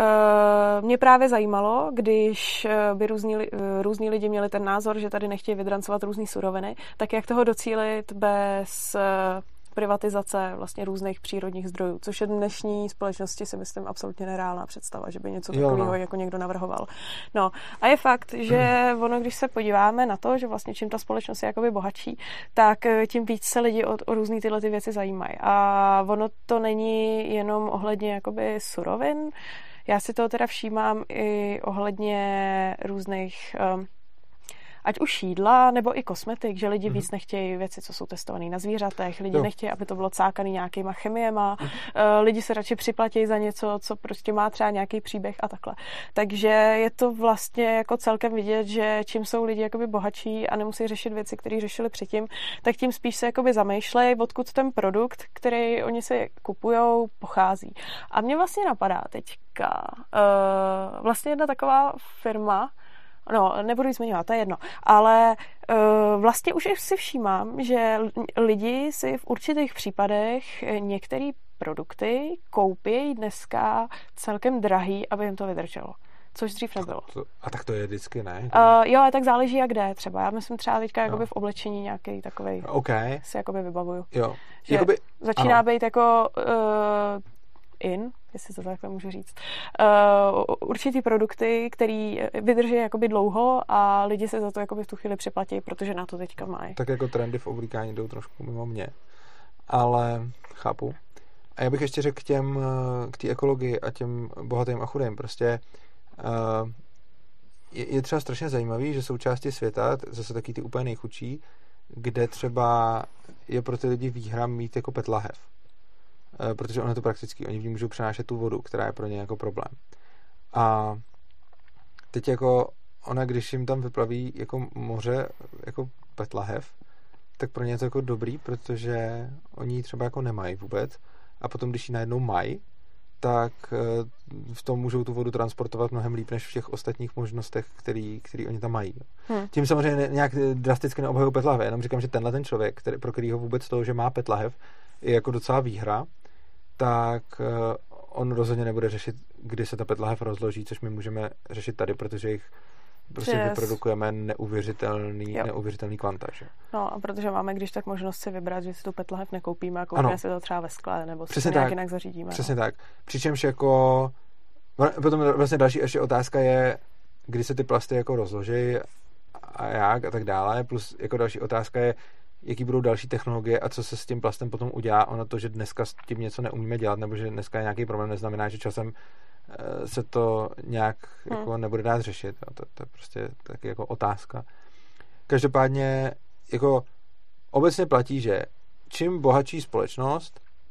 S1: mě právě zajímalo, když by různí, různí lidi měli ten názor, že tady nechtějí vydrancovat různý suroviny, tak jak toho docílit bez privatizace vlastně různých přírodních zdrojů, což je dnešní společnosti si myslím absolutně nereálná představa, že by něco takového no. jako někdo navrhoval. No a je fakt, že ono, když se podíváme na to, že vlastně čím ta společnost je jakoby bohatší, tak tím víc se lidi o, o různý tyhle ty věci zajímají. A ono to není jenom ohledně jakoby surovin. Já si to teda všímám i ohledně různých um, ať už jídla, nebo i kosmetik, že lidi mm. víc nechtějí věci, co jsou testované na zvířatech, lidi jo. nechtějí, aby to bylo cákané nějakýma chemiema, mm. lidi se radši připlatí za něco, co prostě má třeba nějaký příběh a takhle. Takže je to vlastně jako celkem vidět, že čím jsou lidi jakoby bohatší a nemusí řešit věci, které řešili předtím, tak tím spíš se jakoby zamýšlej, odkud ten produkt, který oni si kupujou, pochází. A mě vlastně napadá teďka uh, vlastně jedna taková firma, no, nebudu ji zmiňovat, to je jedno, ale uh, vlastně už si všímám, že lidi si v určitých případech některé produkty koupí dneska celkem drahý, aby jim to vydrželo. Což dřív nebylo.
S2: To, a tak to je vždycky, ne?
S1: Uh, jo, ale tak záleží jak kde třeba. Já myslím třeba teďka jakoby v oblečení nějaký takovej
S2: okay.
S1: si jakoby vybavuju.
S2: Jo.
S1: Že jakoby, začíná ano. být jako uh, in, jestli to takhle můžu říct, uh, určitý produkty, který vydrží jakoby dlouho a lidi se za to jakoby v tu chvíli připlatí, protože na to teďka mají.
S2: Tak jako trendy v oblíkání jdou trošku mimo mě. Ale chápu. A já bych ještě řekl k těm, k té ekologii a těm bohatým a chudým. Prostě uh, je, je třeba strašně zajímavý, že jsou části světa, zase taky ty úplně nejchudší, kde třeba je pro ty lidi výhra mít jako pet lahev. Uh, protože ono je to praktický. Oni v ní můžou přenášet tu vodu, která je pro ně jako problém. A teď jako ona, když jim tam vyplaví jako moře, jako pet lahev, tak pro ně je to jako dobrý, protože oni ji třeba jako nemají vůbec. A potom, když ji najednou mají, tak v tom můžou tu vodu transportovat mnohem líp než v těch ostatních možnostech, který, který oni tam mají. Hmm. Tím samozřejmě nějak drasticky neobhajuji pet lahev, jenom říkám, že tenhle ten člověk, který, pro kterýho vůbec toho, že má pet lahev, je jako docela výhra, tak on rozhodně nebude řešit, kdy se ta pet lahev rozloží, což my můžeme řešit tady, protože jich prostě yes. vyprodukujeme neuvěřitelný, neuvěřitelný kvanta. Že?
S1: No a protože máme když tak možnost si vybrat, že si tu pet lahev nekoupíme a koupíme si to třeba ve skle, nebo si to nějak jinak zařídíme.
S2: Přesně
S1: no.
S2: tak. Přičemž jako potom vlastně další ještě otázka je, kdy se ty plasty jako rozloží a jak a tak dále, plus jako další otázka je, jaký budou další technologie a co se s tím plastem potom udělá. Ono to, že dneska s tím něco neumíme dělat, nebo že dneska je nějaký problém, neznamená, že časem se to nějak hmm. jako nebude dát řešit. A to, to je prostě taky jako otázka. Každopádně jako obecně platí, že čím bohatší společnost,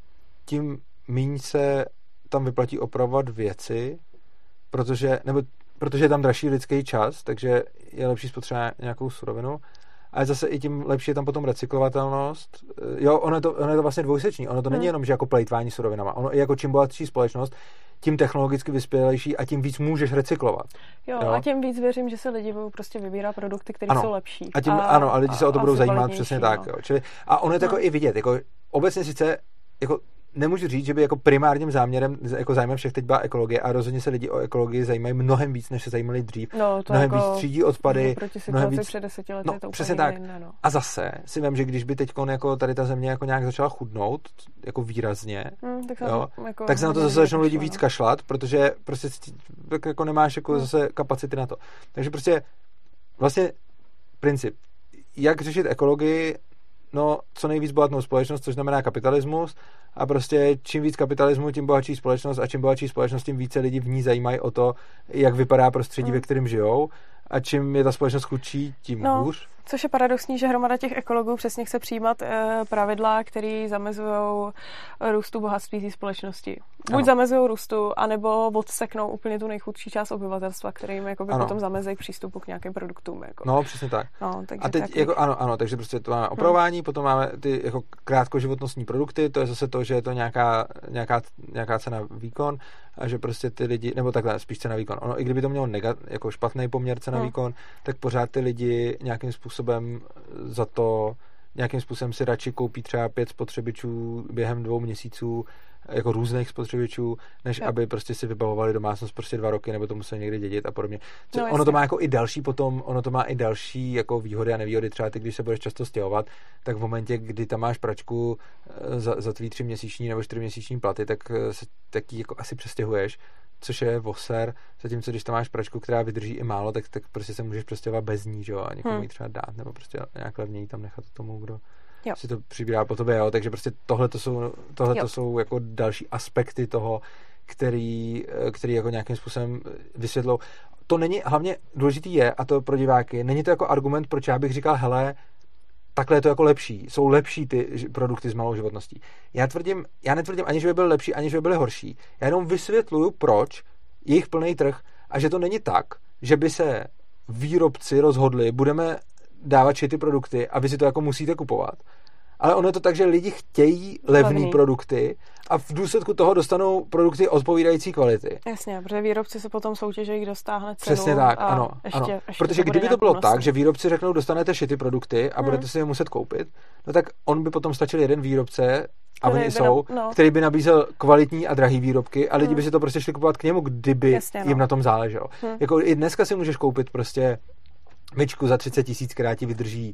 S2: tím míň se tam vyplatí opravovat věci, protože, nebo, protože je tam dražší lidský čas, takže je lepší spotřebovat nějakou surovinu. Ale zase i tím lepší je tam potom recyklovatelnost. Jo, ono je to, ono je to vlastně dvojsečný. Ono to není
S1: hmm.
S2: jenom, že jako plejtvání surovinama. Ono i jako čím bohatší společnost, tím technologicky vyspělejší a tím víc můžeš recyklovat.
S1: Jo, jo? A tím víc věřím, že se lidi budou prostě vybírat produkty, které jsou lepší.
S2: A tím, a, ano, a lidi se o to budou zajímat přesně tak. Jo. Čili, a ono je to no. jako i vidět. Jako, obecně sice jako nemůžu říct, že by jako primárním záměrem, jako zájmem všech teď byla ekologie a rozhodně se lidi o ekologii zajímají mnohem víc, než se zajímali dřív.
S1: No, to
S2: mnohem
S1: jako
S2: víc třídí odpady, mnohem víc
S1: před deseti lety,
S2: no,
S1: je to
S2: přesně
S1: úplně
S2: tak.
S1: jiné, no.
S2: A zase si vím, že když by teď jako tady ta země jako nějak začala chudnout, jako výrazně,
S1: hmm, tak, se
S2: jo,
S1: jako
S2: tak se na to zase začnou lidi víc kašlat, protože prostě tak jako nemáš jako hmm. zase kapacity na to. Takže prostě vlastně princip, jak řešit ekologii, no, co nejvíc bohatnou společnost, což znamená kapitalismus, a prostě čím víc kapitalismu, tím bohatší společnost, a čím bohatší společnost, tím více lidí v ní zajímají o to, jak vypadá prostředí, mm. ve kterém žijou, a čím je ta společnost chudší, tím
S1: no,
S2: hůř.
S1: Což je paradoxní, že hromada těch ekologů přesně chce přijímat e, pravidla, které zamezují růstu bohatství té společnosti. Buď zamezují růstu, anebo odseknou úplně tu nejchudší část obyvatelstva, kterým jako potom zamezejí přístupu k nějakým produktům. Jako.
S2: No, přesně tak.
S1: No, takže
S2: a teď,
S1: tak...
S2: jako, ano, ano, takže prostě to máme opravování, hmm. potom máme ty jako krátkoživotnostní produkty, to je zase to, že je to nějaká, nějaká, nějaká cena výkon, a že prostě ty lidi, nebo takhle, spíš cena výkon. Ono, i kdyby to mělo negat, jako špatný poměr cena hmm. výkon, tak pořád ty lidi nějakým způsobem za to, nějakým způsobem si radši koupí třeba pět spotřebičů během dvou měsíců, jako různých spotřebičů, než jo. aby prostě si vybavovali domácnost prostě dva roky, nebo to museli někdy dědit a podobně. Co, no, ono to má jako i další potom, ono to má i další jako výhody a nevýhody. Třeba ty, když se budeš často stěhovat, tak v momentě, kdy tam máš pračku za, za tvý tři měsíční nebo čtyři měsíční platy, tak se taky jako asi přestěhuješ, což je voser, zatímco když tam máš pračku, která vydrží i málo, tak, tak prostě se můžeš přestěhovat bez ní, že jo, a někomu hmm. ji třeba dát, nebo prostě nějak levněji tam nechat tomu, kdo jo. si to přibírá po tobě, jo, takže prostě tohle to jsou, tohle to jsou jako další aspekty toho, který, který jako nějakým způsobem vysvětlou. To není, hlavně důležitý je, a to pro diváky, není to jako argument, proč já bych říkal, hele, takhle je to jako lepší, jsou lepší ty produkty s malou životností. Já tvrdím, já netvrdím ani, že by byly lepší, ani, že by byly horší. Já jenom vysvětluju, proč je jich plný trh a že to není tak, že by se výrobci rozhodli, budeme dávat ty produkty a vy si to jako musíte kupovat. Ale ono je to tak, že lidi chtějí levné produkty a v důsledku toho dostanou produkty odpovídající kvality.
S1: Jasně, protože výrobci se potom soutěží, kdo stáhne cenu.
S2: Přesně tak, ano.
S1: Ještě,
S2: ano.
S1: Ještě
S2: protože
S1: to
S2: kdyby to bylo
S1: nosný.
S2: tak, že výrobci řeknou, dostanete šity produkty a hmm. budete si je muset koupit, no tak on by potom stačil jeden výrobce, a oni jsou, no. který by nabízel kvalitní a drahý výrobky a lidi hmm. by si to prostě šli kupovat k němu, kdyby Jasně, no. jim na tom záleželo. Hmm. Jako i dneska si můžeš koupit prostě myčku za třicet tisíc, která ti vydrží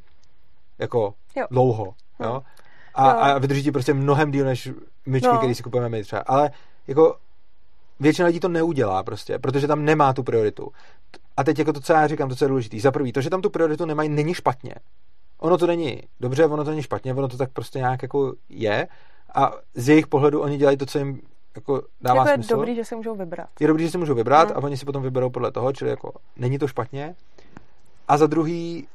S2: jako jo. dlouho. Hmm. Jo? A, a vydrží ti prostě mnohem díl než myčky, no. které si kupujeme my třeba. Ale jako většina lidí to neudělá prostě, protože tam nemá tu prioritu. A teď jako to, co já říkám, to, co je důležitý. Za prvý, to, že tam tu prioritu nemají, není špatně. Ono to není dobře, ono to není špatně, ono to tak prostě nějak jako je. A z jejich pohledu oni dělají to, co jim jako dává
S1: jako
S2: smysl.
S1: Je dobrý, že si můžou vybrat.
S2: Je dobrý, že si můžou vybrat hmm. a oni si potom vyberou podle toho, čili jako není to špatně. A za druhý,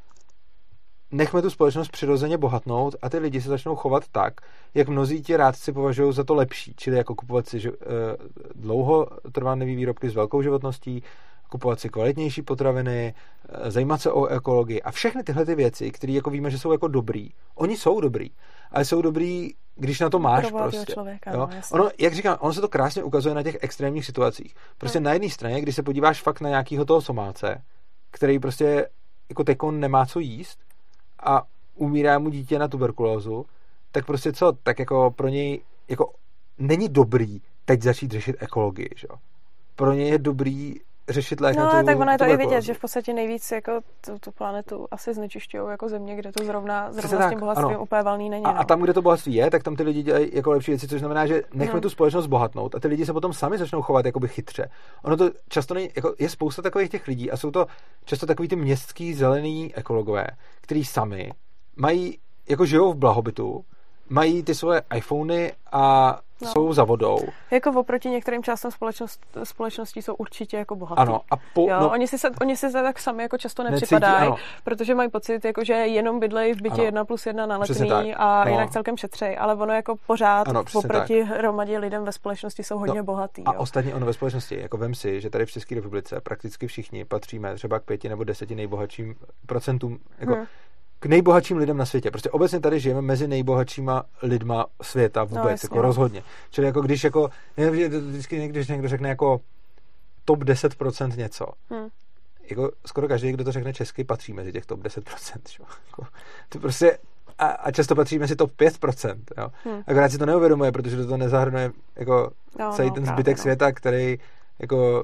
S2: nechme tu společnost přirozeně bohatnout a ty lidi se začnou chovat tak, jak mnozí ti rádci považují za to lepší, čili jako kupovat si uh, dlouhotrvané výrobky s velkou životností, kupovat si kvalitnější potraviny, uh, zajímat se o ekologii a všechny tyhle ty věci, které jako víme, že jsou jako dobrý. Oni jsou dobrý, ale jsou dobrý, když na to máš prostě.
S1: Člověka,
S2: jo?
S1: No,
S2: ono, jak říkám, ono se to krásně ukazuje na těch extrémních situacích. Prostě no. na jedné straně, když se podíváš fakt na nějakého toho Somálce, který prostě jako tekon nemá co jíst, a umírá mu dítě na tuberkulózu, tak prostě co, tak jako pro něj jako není dobrý teď začít řešit ekologii, že? Pro něj je dobrý řešit lék
S1: no,
S2: na tu
S1: tak ono je to i
S2: tuberkulózu.
S1: vidět, že v podstatě nejvíc jako tu, tu planetu asi znečišťují jako země, kde to zrovna, zrovna s tím bohatstvím ano. úplně valný není.
S2: A,
S1: no.
S2: a tam, kde to bohatství je, tak tam ty lidi dělají jako lepší věci, což znamená, že nechme hmm. tu společnost bohatnout a ty lidi se potom sami začnou chovat jakoby chytře. Ono to často nej, jako je spousta takových těch lidí a jsou to často takový ty městský zelený ekologové, kteří sami mají, jako žijou v blahobytu, mají ty svoje iPhony a
S1: No.
S2: Jsou za vodou.
S1: Jako oproti některým částem společnost, společností jsou určitě jako bohatý.
S2: Ano. A po,
S1: jo,
S2: no,
S1: oni, si se, oni si se tak sami jako často nepřipadají, protože mají pocit, jako, že jenom bydlejí v bytě ano. jedna plus jedna na Letný a no. jinak celkem šetřej, ale ono jako pořád ano, oproti tak. hromadě lidem ve společnosti jsou hodně no. bohatý.
S2: A
S1: jo.
S2: ostatně ono ve společnosti, jako vem si, že tady v České republice prakticky všichni patříme třeba k pěti nebo deseti nejbohatším procentům, jako hmm. k nejbohatším lidem na světě. Prostě obecně tady žijeme mezi nejbohatšíma lidma světa vůbec, no, jako rozhodně. Čili jako když jako, nevím, vždycky když někdo řekne jako top deset procent něco, hmm. jako skoro každý, kdo to řekne česky, patří mezi těch top deset procent. Jako, to prostě a, a často patří mezi top pět procent. Jo. Hmm. Akorát si to neuvědomuje, protože to, to nezahrnuje jako no, celý no, ten zbytek právě, světa, no. který jako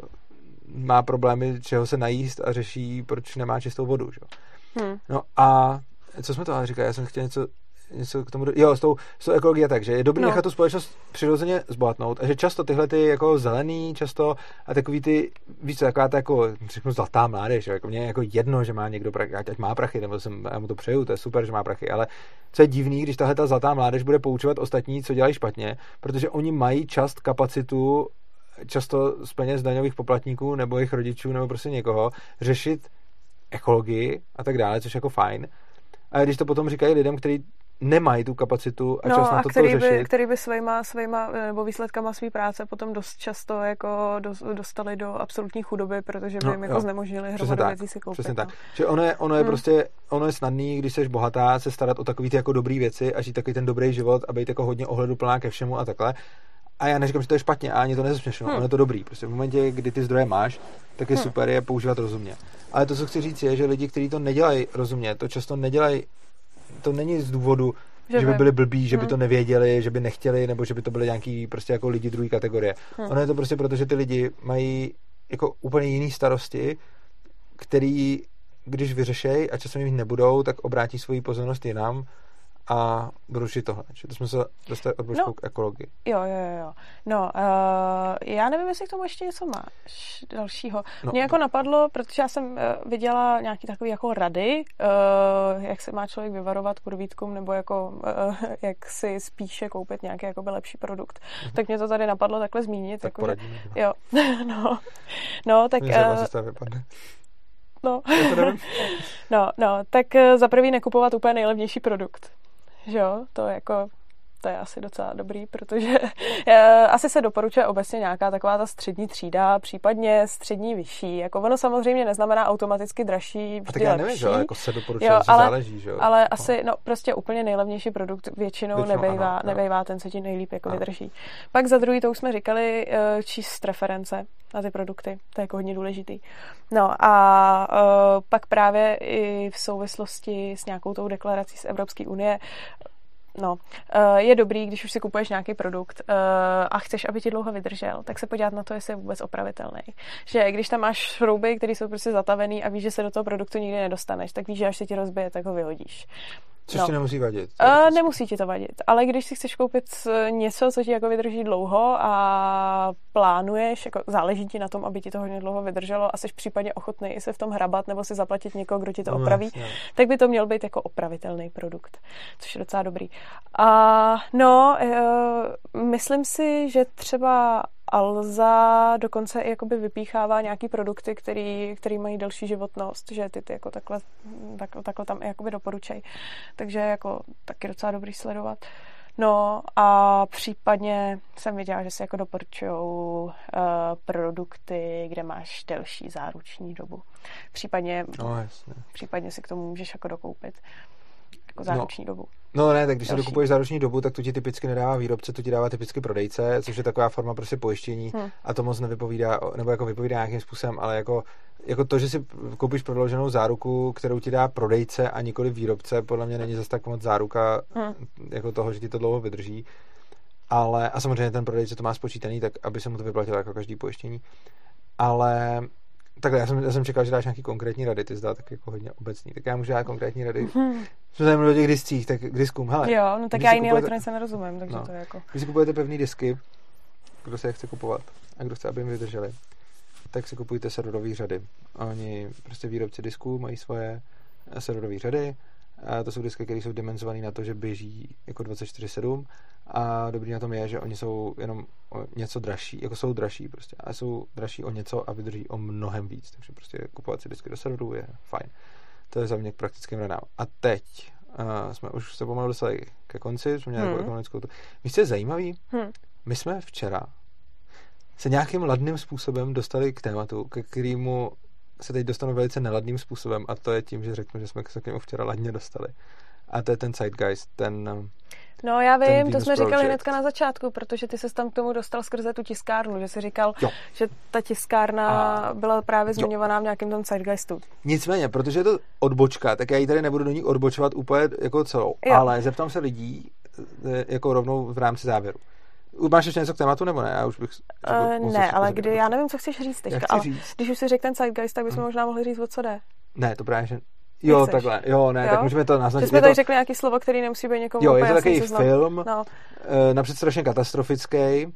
S2: má problémy, čeho se najíst a řeší, proč nemá čistou vodu. Že? Hmm. No a co jsme to ale říkali? Já jsem chtěl něco, něco k tomu... Jo, s tou, s tou ekologií tak, že je dobrý no. nechat tu společnost přirozeně zbohatnout a že často tyhle ty jako zelený často a takový ty, víš co, taková ta jako, řeknu, zlatá mládež, jako mě je jako jedno, že má někdo prachy, ať má prachy, nebo jsem, já mu to přeju, to je super, že má prachy, ale co je divný, když tahle ta zlatá mládež bude poučovat ostatní, co dělají špatně, protože oni mají čas, kapacitu, často z peněz daňových poplatníků nebo jejich rodičů nebo prostě někoho, řešit ekologii a tak dále, což je jako fajn. A když to potom říkají lidem, kteří nemají tu kapacitu a
S1: no,
S2: čas na to,
S1: který
S2: to řešit.
S1: By, který by svýma, svýma, nebo výsledkama své práce potom dost často jako dostali do absolutní chudoby, protože by no, jim jako znemožnili hromadu věcí si koupit.
S2: Přesně
S1: no.
S2: tak. Že ono je, ono je hmm. prostě, ono je snadný, když jsi bohatá, se starat o takový ty jako dobrý věci a žít takový ten dobrý život a být jako hodně ohleduplná ke všemu a takhle. A já neříkám, že to je špatně, a ani to nezesměšno, hmm. ono je to dobrý. Prostě v momentě, kdy ty zdroje máš, tak je hmm. super je používat rozumně. Ale to, co chci říct, je, že lidi, kteří to nedělají rozumně, to často nedělají, to není z důvodu, že, že by byli blbí, že hmm. by to nevěděli, že by nechtěli, nebo že by to byly nějaký prostě jako lidi druhé kategorie. Hmm. Ono je to prostě proto, že ty lidi mají jako úplně jiný starosti, který, když vyřešejí a časem jim nebudou, tak obrátí svoji pozornost jinam a budu řešit tohle. To jsme se dostali od no, k ekologii.
S1: Jo, jo, jo. No, uh, já nevím, jestli k tomu ještě něco máš dalšího. No, Mě jako no. napadlo, protože já jsem uh, viděla nějaký takový jako rady, uh, jak se má člověk vyvarovat kurvítkům, nebo jako uh, jak si spíše koupit nějaký jakoby lepší produkt. Uh-huh. Tak mě to tady napadlo takhle zmínit.
S2: Tak
S1: jako,
S2: poradíme.
S1: Že, jo. no. no, tak...
S2: Mě uh, se vypadne.
S1: No. no, no, tak za prvý nekupovat úplně nejlevnější produkt. Že jo, to jako, to je asi docela dobrý, protože asi se doporučuje obecně nějaká taková ta střední třída, případně střední vyšší. Jako ono samozřejmě neznamená automaticky dražší, vždy
S2: a tak já nevím,
S1: lepší.
S2: že jako se doporučuje,
S1: jo,
S2: ale, záleží, že jo.
S1: Ale no. asi, no prostě úplně nejlevnější produkt většinou, většinou nebejvá, ano, nebejvá ten, co ti nejlíp jako ano. vydrží. Pak za druhý, to už jsme říkali, číst reference na ty produkty, to je jako hodně důležitý. No a uh, pak právě i v souvislosti s nějakou tou deklarací z Evropské unie, no, je dobrý, když už si kupuješ nějaký produkt a chceš, aby ti dlouho vydržel, tak se podívat na to, jestli je vůbec opravitelný. Že když tam máš šrouby, které jsou prostě zatavený a víš, že se do toho produktu nikdy nedostaneš, tak víš, že až se ti rozbije, tak ho vyhodíš.
S2: Což no. ti nemusí vadit.
S1: Uh, nemusí ti to vadit, ale když si chceš koupit něco, co ti jako vydrží dlouho a plánuješ, jako záleží ti na tom, aby ti to hodně dlouho vydrželo a jsi případně ochotný i se v tom hrabat nebo si zaplatit někoho, kdo ti to opraví, no, tak by to měl být jako opravitelný produkt, což je docela dobrý. A no, uh, myslím si, že třeba Alza dokonce i jakoby vypíchává nějaký produkty, který, který mají delší životnost, že ty, ty jako takhle, tak, takhle tam i jakoby doporučej. Takže jako taky docela dobrý sledovat. No a případně jsem viděla, že se jako doporučujou uh, produkty, kde máš delší záruční dobu. Případně,
S2: no, jasně.
S1: případně si k tomu můžeš jako dokoupit jako záruční
S2: no.
S1: dobu.
S2: No ne, tak když se dokupuješ záruční dobu, tak to ti typicky nedává výrobce, to ti dává typicky prodejce, což je taková forma prostě pojištění hmm. a to moc nevypovídá, nebo jako vypovídá nějakým způsobem, ale jako, jako to, že si koupíš prodlouženou záruku, kterou ti dá prodejce a nikoli výrobce, podle mě není zase tak moc záruka hmm. jako toho, že ti to dlouho vydrží. Ale, a samozřejmě ten prodejce to má spočítaný, tak aby se mu to vyplatilo jako každý pojištění. Ale takhle, já jsem, já jsem čekal, že dáš nějaký konkrétní rady, ty zdá tak jako hodně obecný. Tak já můžu dát konkrétní rady. Hmm. Jsme tady mluvili o těch discích, tak diskům. Hele,
S1: jo, no tak já jiný elektronice nerozumím, takže no. to je jako...
S2: Když si kupujete pevný disky, kdo se je chce kupovat a kdo chce, aby jim vydrželi, tak si kupujte serverové řady. Oni prostě výrobci disků mají svoje serverové řady. A to jsou disky, které jsou dimenzované na to, že běží jako dvacet čtyři sedm a dobrý na tom je, že oni jsou jenom o něco dražší, jako jsou dražší prostě, ale jsou dražší o něco a vydrží o mnohem víc, takže prostě kupovat si disky do serveru je fajn. To je za mě k praktickým radám. A teď uh, jsme už se pomalu dostali ke konci, jsme měli hmm. jako ekonomickou... Víš, co je zajímavý? Hmm. My jsme včera se nějakým ladným způsobem dostali k tématu, ke kterému se teď dostanu velice neladným způsobem, a to je tím, že řeknu, že jsme se k němu včera ladně dostali. A to je ten zeitgeist, ten...
S1: No já vím, to jsme říkali hnedka na začátku, protože ty ses tam k tomu dostal skrze tu tiskárnu, že jsi říkal, jo. že ta tiskárna a... byla právě zmiňovaná v nějakém tom zeitgeistu.
S2: Nicméně, protože je to odbočka, tak já ji tady nebudu do ní odbočovat úplně jako celou, jo. ale zeptám se lidí jako rovnou v rámci závěru. Máš ještě něco k tématu, nebo ne? Já už bych...
S1: Uh, ne, ale kdy, já nevím, co chceš říct teďka, ale
S2: říct.
S1: Když už si řekl ten zeitgeist, tak bychom hmm. možná mohli říct, o co jde.
S2: Ne, to právě, že... Jo, Nechceš? takhle, jo, ne, jo? tak můžeme to naznačit.
S1: Že jsme tady to... řekli nějaký slovo, který nemusí být někomu
S2: jo,
S1: úplně
S2: jasný. Jo, je to takový film,
S1: no.
S2: napřed strašně katastrofický,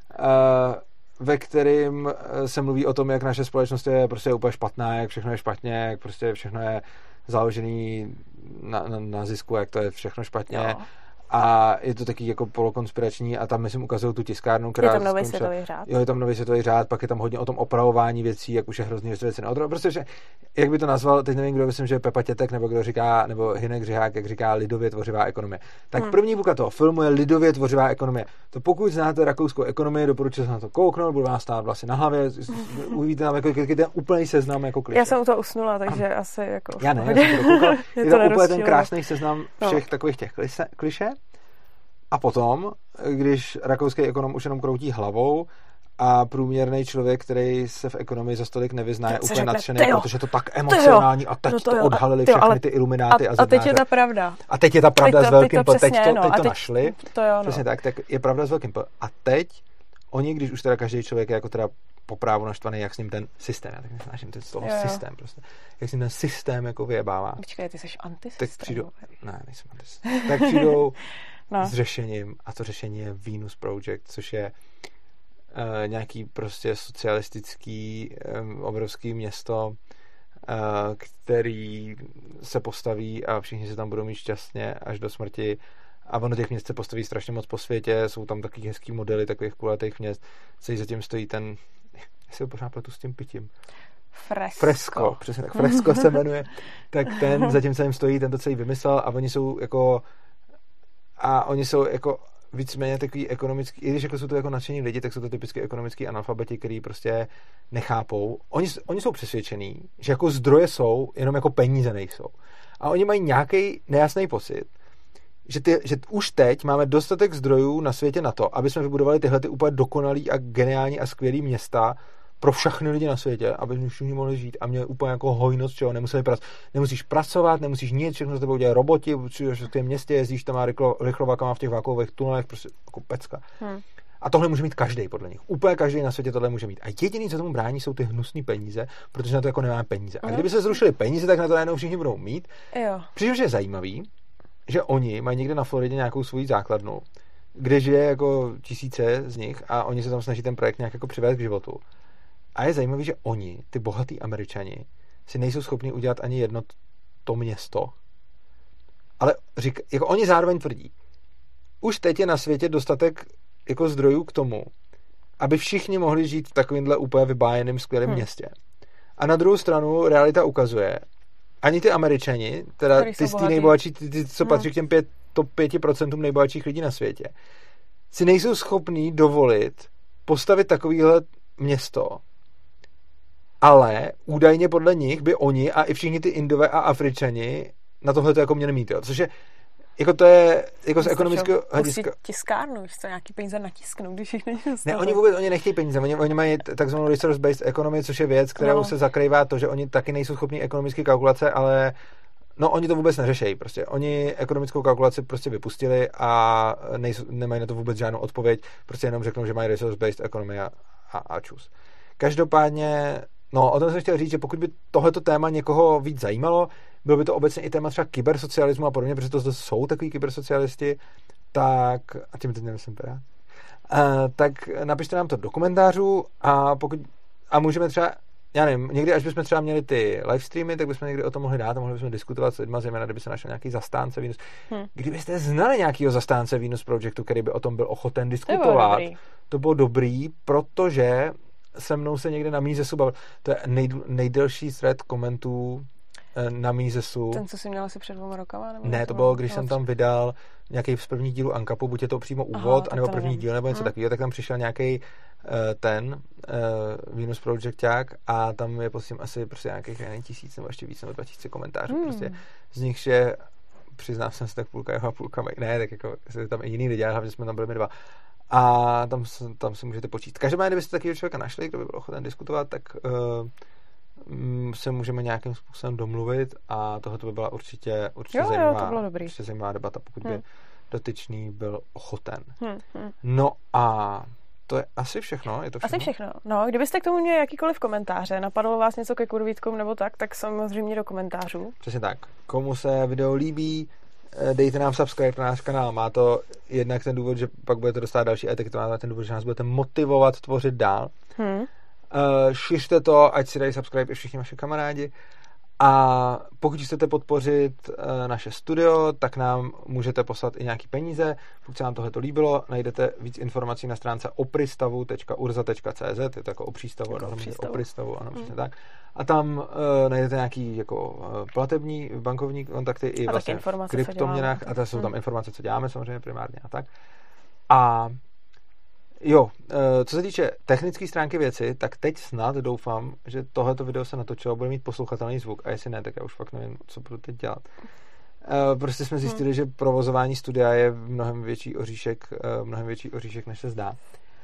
S2: ve kterým se mluví o tom, jak naše společnost je prostě úplně špatná, jak všechno je špatně, jak prostě všechno je založený na, na, na zisku, jak to je všechno špatně. Jo. A je to taky jako polokonspirační a tam myslím ukazují tu tiskárnu, která...
S1: Je tam nový světový řád.
S2: Jo, je tam nový světový řád, pak je tam hodně o tom opravování věcí, jak už je hrozně věci neodro. Prostě, že, jak by to nazval, teď nevím, kdo, myslím, že Pepa Tětek, nebo kdo říká, nebo Hynek Řihák, jak říká lidově tvořivá ekonomie. Tak hmm. první buka toho filmu je lidově tvořivá ekonomie. To pokud znáte rakouskou ekonomii, doporučuji se na to kouknout, budu vám stát vlastně na hlavě, uvidíte tam jako ten úplný seznam jako klišé.
S1: Já jsem u toho usnula, takže a. asi jako...
S2: Já ne, já jsem to dokoukal. Je, je to úplně ten krásný seznam všech no. takových těch klišé. A potom, když rakouský ekonom už jenom kroutí hlavou a průměrný člověk, který se v ekonomii za stolik nevyzná, je úplně nadšený, protože je to tak emocionální a teď no to, to odhalili tyjo, všechny ty ilumináty a, a
S1: zednáře. A teď je ta pravda.
S2: A teď je ta pravda teď to, s velkým P. Teď to,
S1: no,
S2: teď to
S1: teď,
S2: našli.
S1: To jo, no.
S2: Přesně tak, tak je pravda s velkým P. A teď oni, když už teda každý člověk je jako teda po právu naštvaný, jak s ním ten systém, já tak nesnáším ten slovo systém prostě, jak s ním ten systém jako vyjebává.
S1: Počkej, ty jsi antisystém.
S2: Tak přijdou, ne, nejsem antisystém. Tak přijdou no. s řešením a to řešení je Venus Project, což je uh, nějaký prostě socialistický um, obrovský město, uh, který se postaví a všichni se tam budou mít šťastně až do smrti. A ono těch měst se postaví strašně moc po světě, jsou tam takový hezký modely takových kulatých měst, celý zatím stojí ten, jestli ho pořád pletu s tím pitím.
S1: Fresko.
S2: Fresko, přesně tak, Fresko se jmenuje. Tak ten zatím celým stojí, ten to celý vymyslel a oni jsou jako a oni jsou jako víceméně takový ekonomický, i když jako jsou to jako nadšení lidi, tak jsou to typicky ekonomický analfabeti, který prostě nechápou. Oni, oni jsou přesvědčení, že jako zdroje jsou, jenom jako peníze nejsou. A oni mají nějaký nejasný pocit, že, ty, že už teď máme dostatek zdrojů na světě na to, aby jsme vybudovali tyhle ty úplně dokonalý a geniální a skvělý města pro všechny lidi na světě, aby všichni mohli žít a měli úplně jako hojnost, čeho nemuseli pracovat. Nemusíš pracovat, nemusíš nic, všechno z tebe udělají roboti, v tom městě jezdíš tam a rychlo, rychlovákama v těch vákových tunelech, prostě jako pecka. Hmm. A tohle může mít každý podle nich. Úplně každý na světě tohle může mít. A jediný, co tomu brání, jsou ty hnusné peníze, protože na to jako nemáme peníze. A kdyby se zrušili peníze, tak na to najednou všichni budou mít. Přičemž je zajímavý, že oni mají někde na Floridě nějakou svoji základnu, kde žije jako tisíce z nich a oni se tam snaží ten projekt nějak jako přivést k životu. A je zajímavé, že oni, ty bohatý Američani, si nejsou schopni udělat ani jedno to město. Ale řík, jako oni zároveň tvrdí, už teď je na světě dostatek jako zdrojů k tomu, aby všichni mohli žít v takovémhle úplně vybájeném skvělém hmm. městě. A na druhou stranu realita ukazuje, ani ty Američani, teda ty z té nejbohatší, ty, ty, co patří hmm. k těm pět, top pěti procentům nejbohatších lidí na světě, si nejsou schopní dovolit postavit takovýhle město, ale údajně podle nich by oni a i všichni ty Indové a Afričani na tohle to jako měli mít, jo. Což je, jako to je, jako z ekonomického hlediska.
S1: Tiskárnu, že to nějaký peníze natisknou, když jich není.
S2: Ne, oni vůbec, oni nechtějí peníze, oni, oni mají takzvanou resource-based economy, což je věc, kterou no. se zakrývá to, že oni taky nejsou schopní ekonomické kalkulace, ale no oni to vůbec neřešejí, prostě. Oni ekonomickou kalkulaci prostě vypustili a nejsou, nemají na to vůbec žádnou odpověď, prostě jenom řeknou, že mají resource-based economy a, a, a čus. Každopádně no, o tom jsem chtěl říct, že pokud by tohleto téma někoho víc zajímalo, bylo by to obecně i téma třeba kybersocialismu a podobně, protože to jsou takový kybersocialisti, tak, a tím teď nemyslím teda, uh, tak napište nám to do komentářů a pokud, a můžeme třeba já nevím, někdy, až bychom třeba měli ty live streamy, tak bychom někdy o tom mohli dát a mohli bychom diskutovat s lidma, zejména kdyby se našel nějaký zastánce Venus. Hmm. Kdybyste znali nějakého zastánce Venus Projectu, který by o tom byl ochoten diskutovat, to bylo, to bylo dobrý, protože se mnou se někde na Mízesu bavil. To je nej, nejdelší thread komentů na Mízesu.
S1: Ten, co jsi měl asi před dvěma rokama? Nebo
S2: ne, to bylo, když jsem tam vydal nějaký z prvních dílů Ankapu, buď je to přímo úvod, anebo první nevím. díl, nebo něco hmm. takového, tak tam přišel nějaký uh, ten uh, Venus Projecták a tam je prostě asi prostě nějakých nevím, tisíc nebo ještě víc nebo dva tisíce komentářů. Hmm. Prostě z nich je, přiznám jsem se, tak půlka jeho a půlka mej. Ne, tak jako se tam i jiný lidi, hlavně jsme tam byli my dva. A tam, tam si můžete počít. Každopádně, kdybyste takového člověka našli, kdo by byl ochoten diskutovat, tak uh, se můžeme nějakým způsobem domluvit a tohle by byla určitě, určitě,
S1: jo,
S2: zajímavá,
S1: jo, to bylo dobrý.
S2: určitě zajímavá debata, pokud hmm. by dotyčný byl ochoten.
S1: Hmm, hmm.
S2: No a to je asi všechno? Je to všechno?
S1: Asi všechno. No, kdybyste k tomu měli jakýkoliv komentáře, napadlo vás něco ke kurvítkům nebo tak, tak samozřejmě do komentářů.
S2: Přesně tak. Komu se video líbí, dejte nám subscribe na náš kanál. Má to jednak ten důvod, že pak budete dostat další etiky, to má ten důvod, že nás budete motivovat tvořit dál. Hmm. Uh, šiřte to, ať si dají subscribe i všichni vaši kamarádi. A pokud chcete podpořit uh, naše studio, tak nám můžete poslat i nějaký peníze. Pokud se vám tohle líbilo, najdete víc informací na stránce opristavu tečka urza tečka cz, je to jako o přístavu, jako o přístavu, ano, přesně mm. tak. A tam uh, najdete nějaký jako uh, platební, bankovní kontakty i
S1: a
S2: vlastně
S1: v
S2: kryptoměnách a to jsou mm. tam informace, co děláme samozřejmě primárně a tak. A jo, co se týče technické stránky věci, tak teď snad doufám, že tohleto video se natočilo, bude mít poslouchatelný zvuk a jestli ne, tak já už fakt nevím, co budu teď dělat. Prostě jsme zjistili, hmm. že provozování studia je mnohem větší oříšek, mnohem větší oříšek, než se zdá.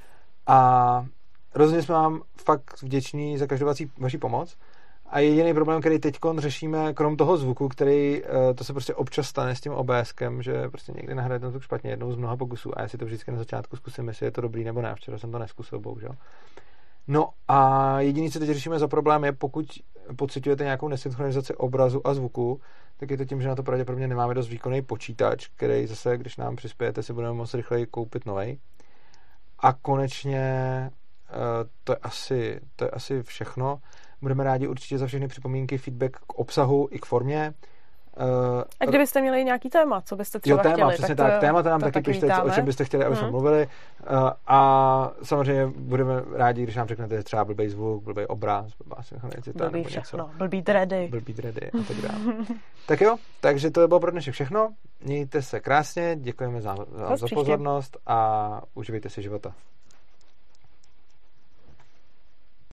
S2: A rozhodně jsme vám fakt vděční za každou vaši pomoc. A jediný problém, který teď řešíme, krom toho zvuku, který, to se prostě občas stane s tím OBSkem, že prostě někdy nahraje ten zvuk špatně jednou z mnoha pokusů a já si to vždycky na začátku zkusím, jestli je to dobrý nebo ne. Včera jsem to neskusil, bohužel. No a jediný, co teď řešíme za problém, je pokud pociťujete nějakou nesynchronizaci obrazu a zvuku, tak je to tím, že na to pravděpodobně nemáme dost výkonný počítač, který zase, když nám přispějete, si budeme moct rychleji koupit novej. A konečně to je asi, to je asi všechno. Budeme rádi určitě za všechny připomínky, feedback k obsahu i k formě.
S1: Uh, a kdybyste měli nějaký téma, co byste třeba
S2: jo, téma,
S1: chtěli,
S2: přesně
S1: tak
S2: tak. Témata nám
S1: to
S2: taky
S1: taky
S2: pište, o čem byste chtěli, aby jsme hmm. mluvili. Uh, a samozřejmě budeme rádi, když nám řeknete, že třeba blbej zvuk, blbej obraz, blbá synchronicita,
S1: blbý všechno, blbý dready.
S2: Blbý dready a tak dále. Tak jo, takže to bylo pro dnešek všechno. Mějte se krásně, děkujeme za, za, za pozornost a uživejte si života.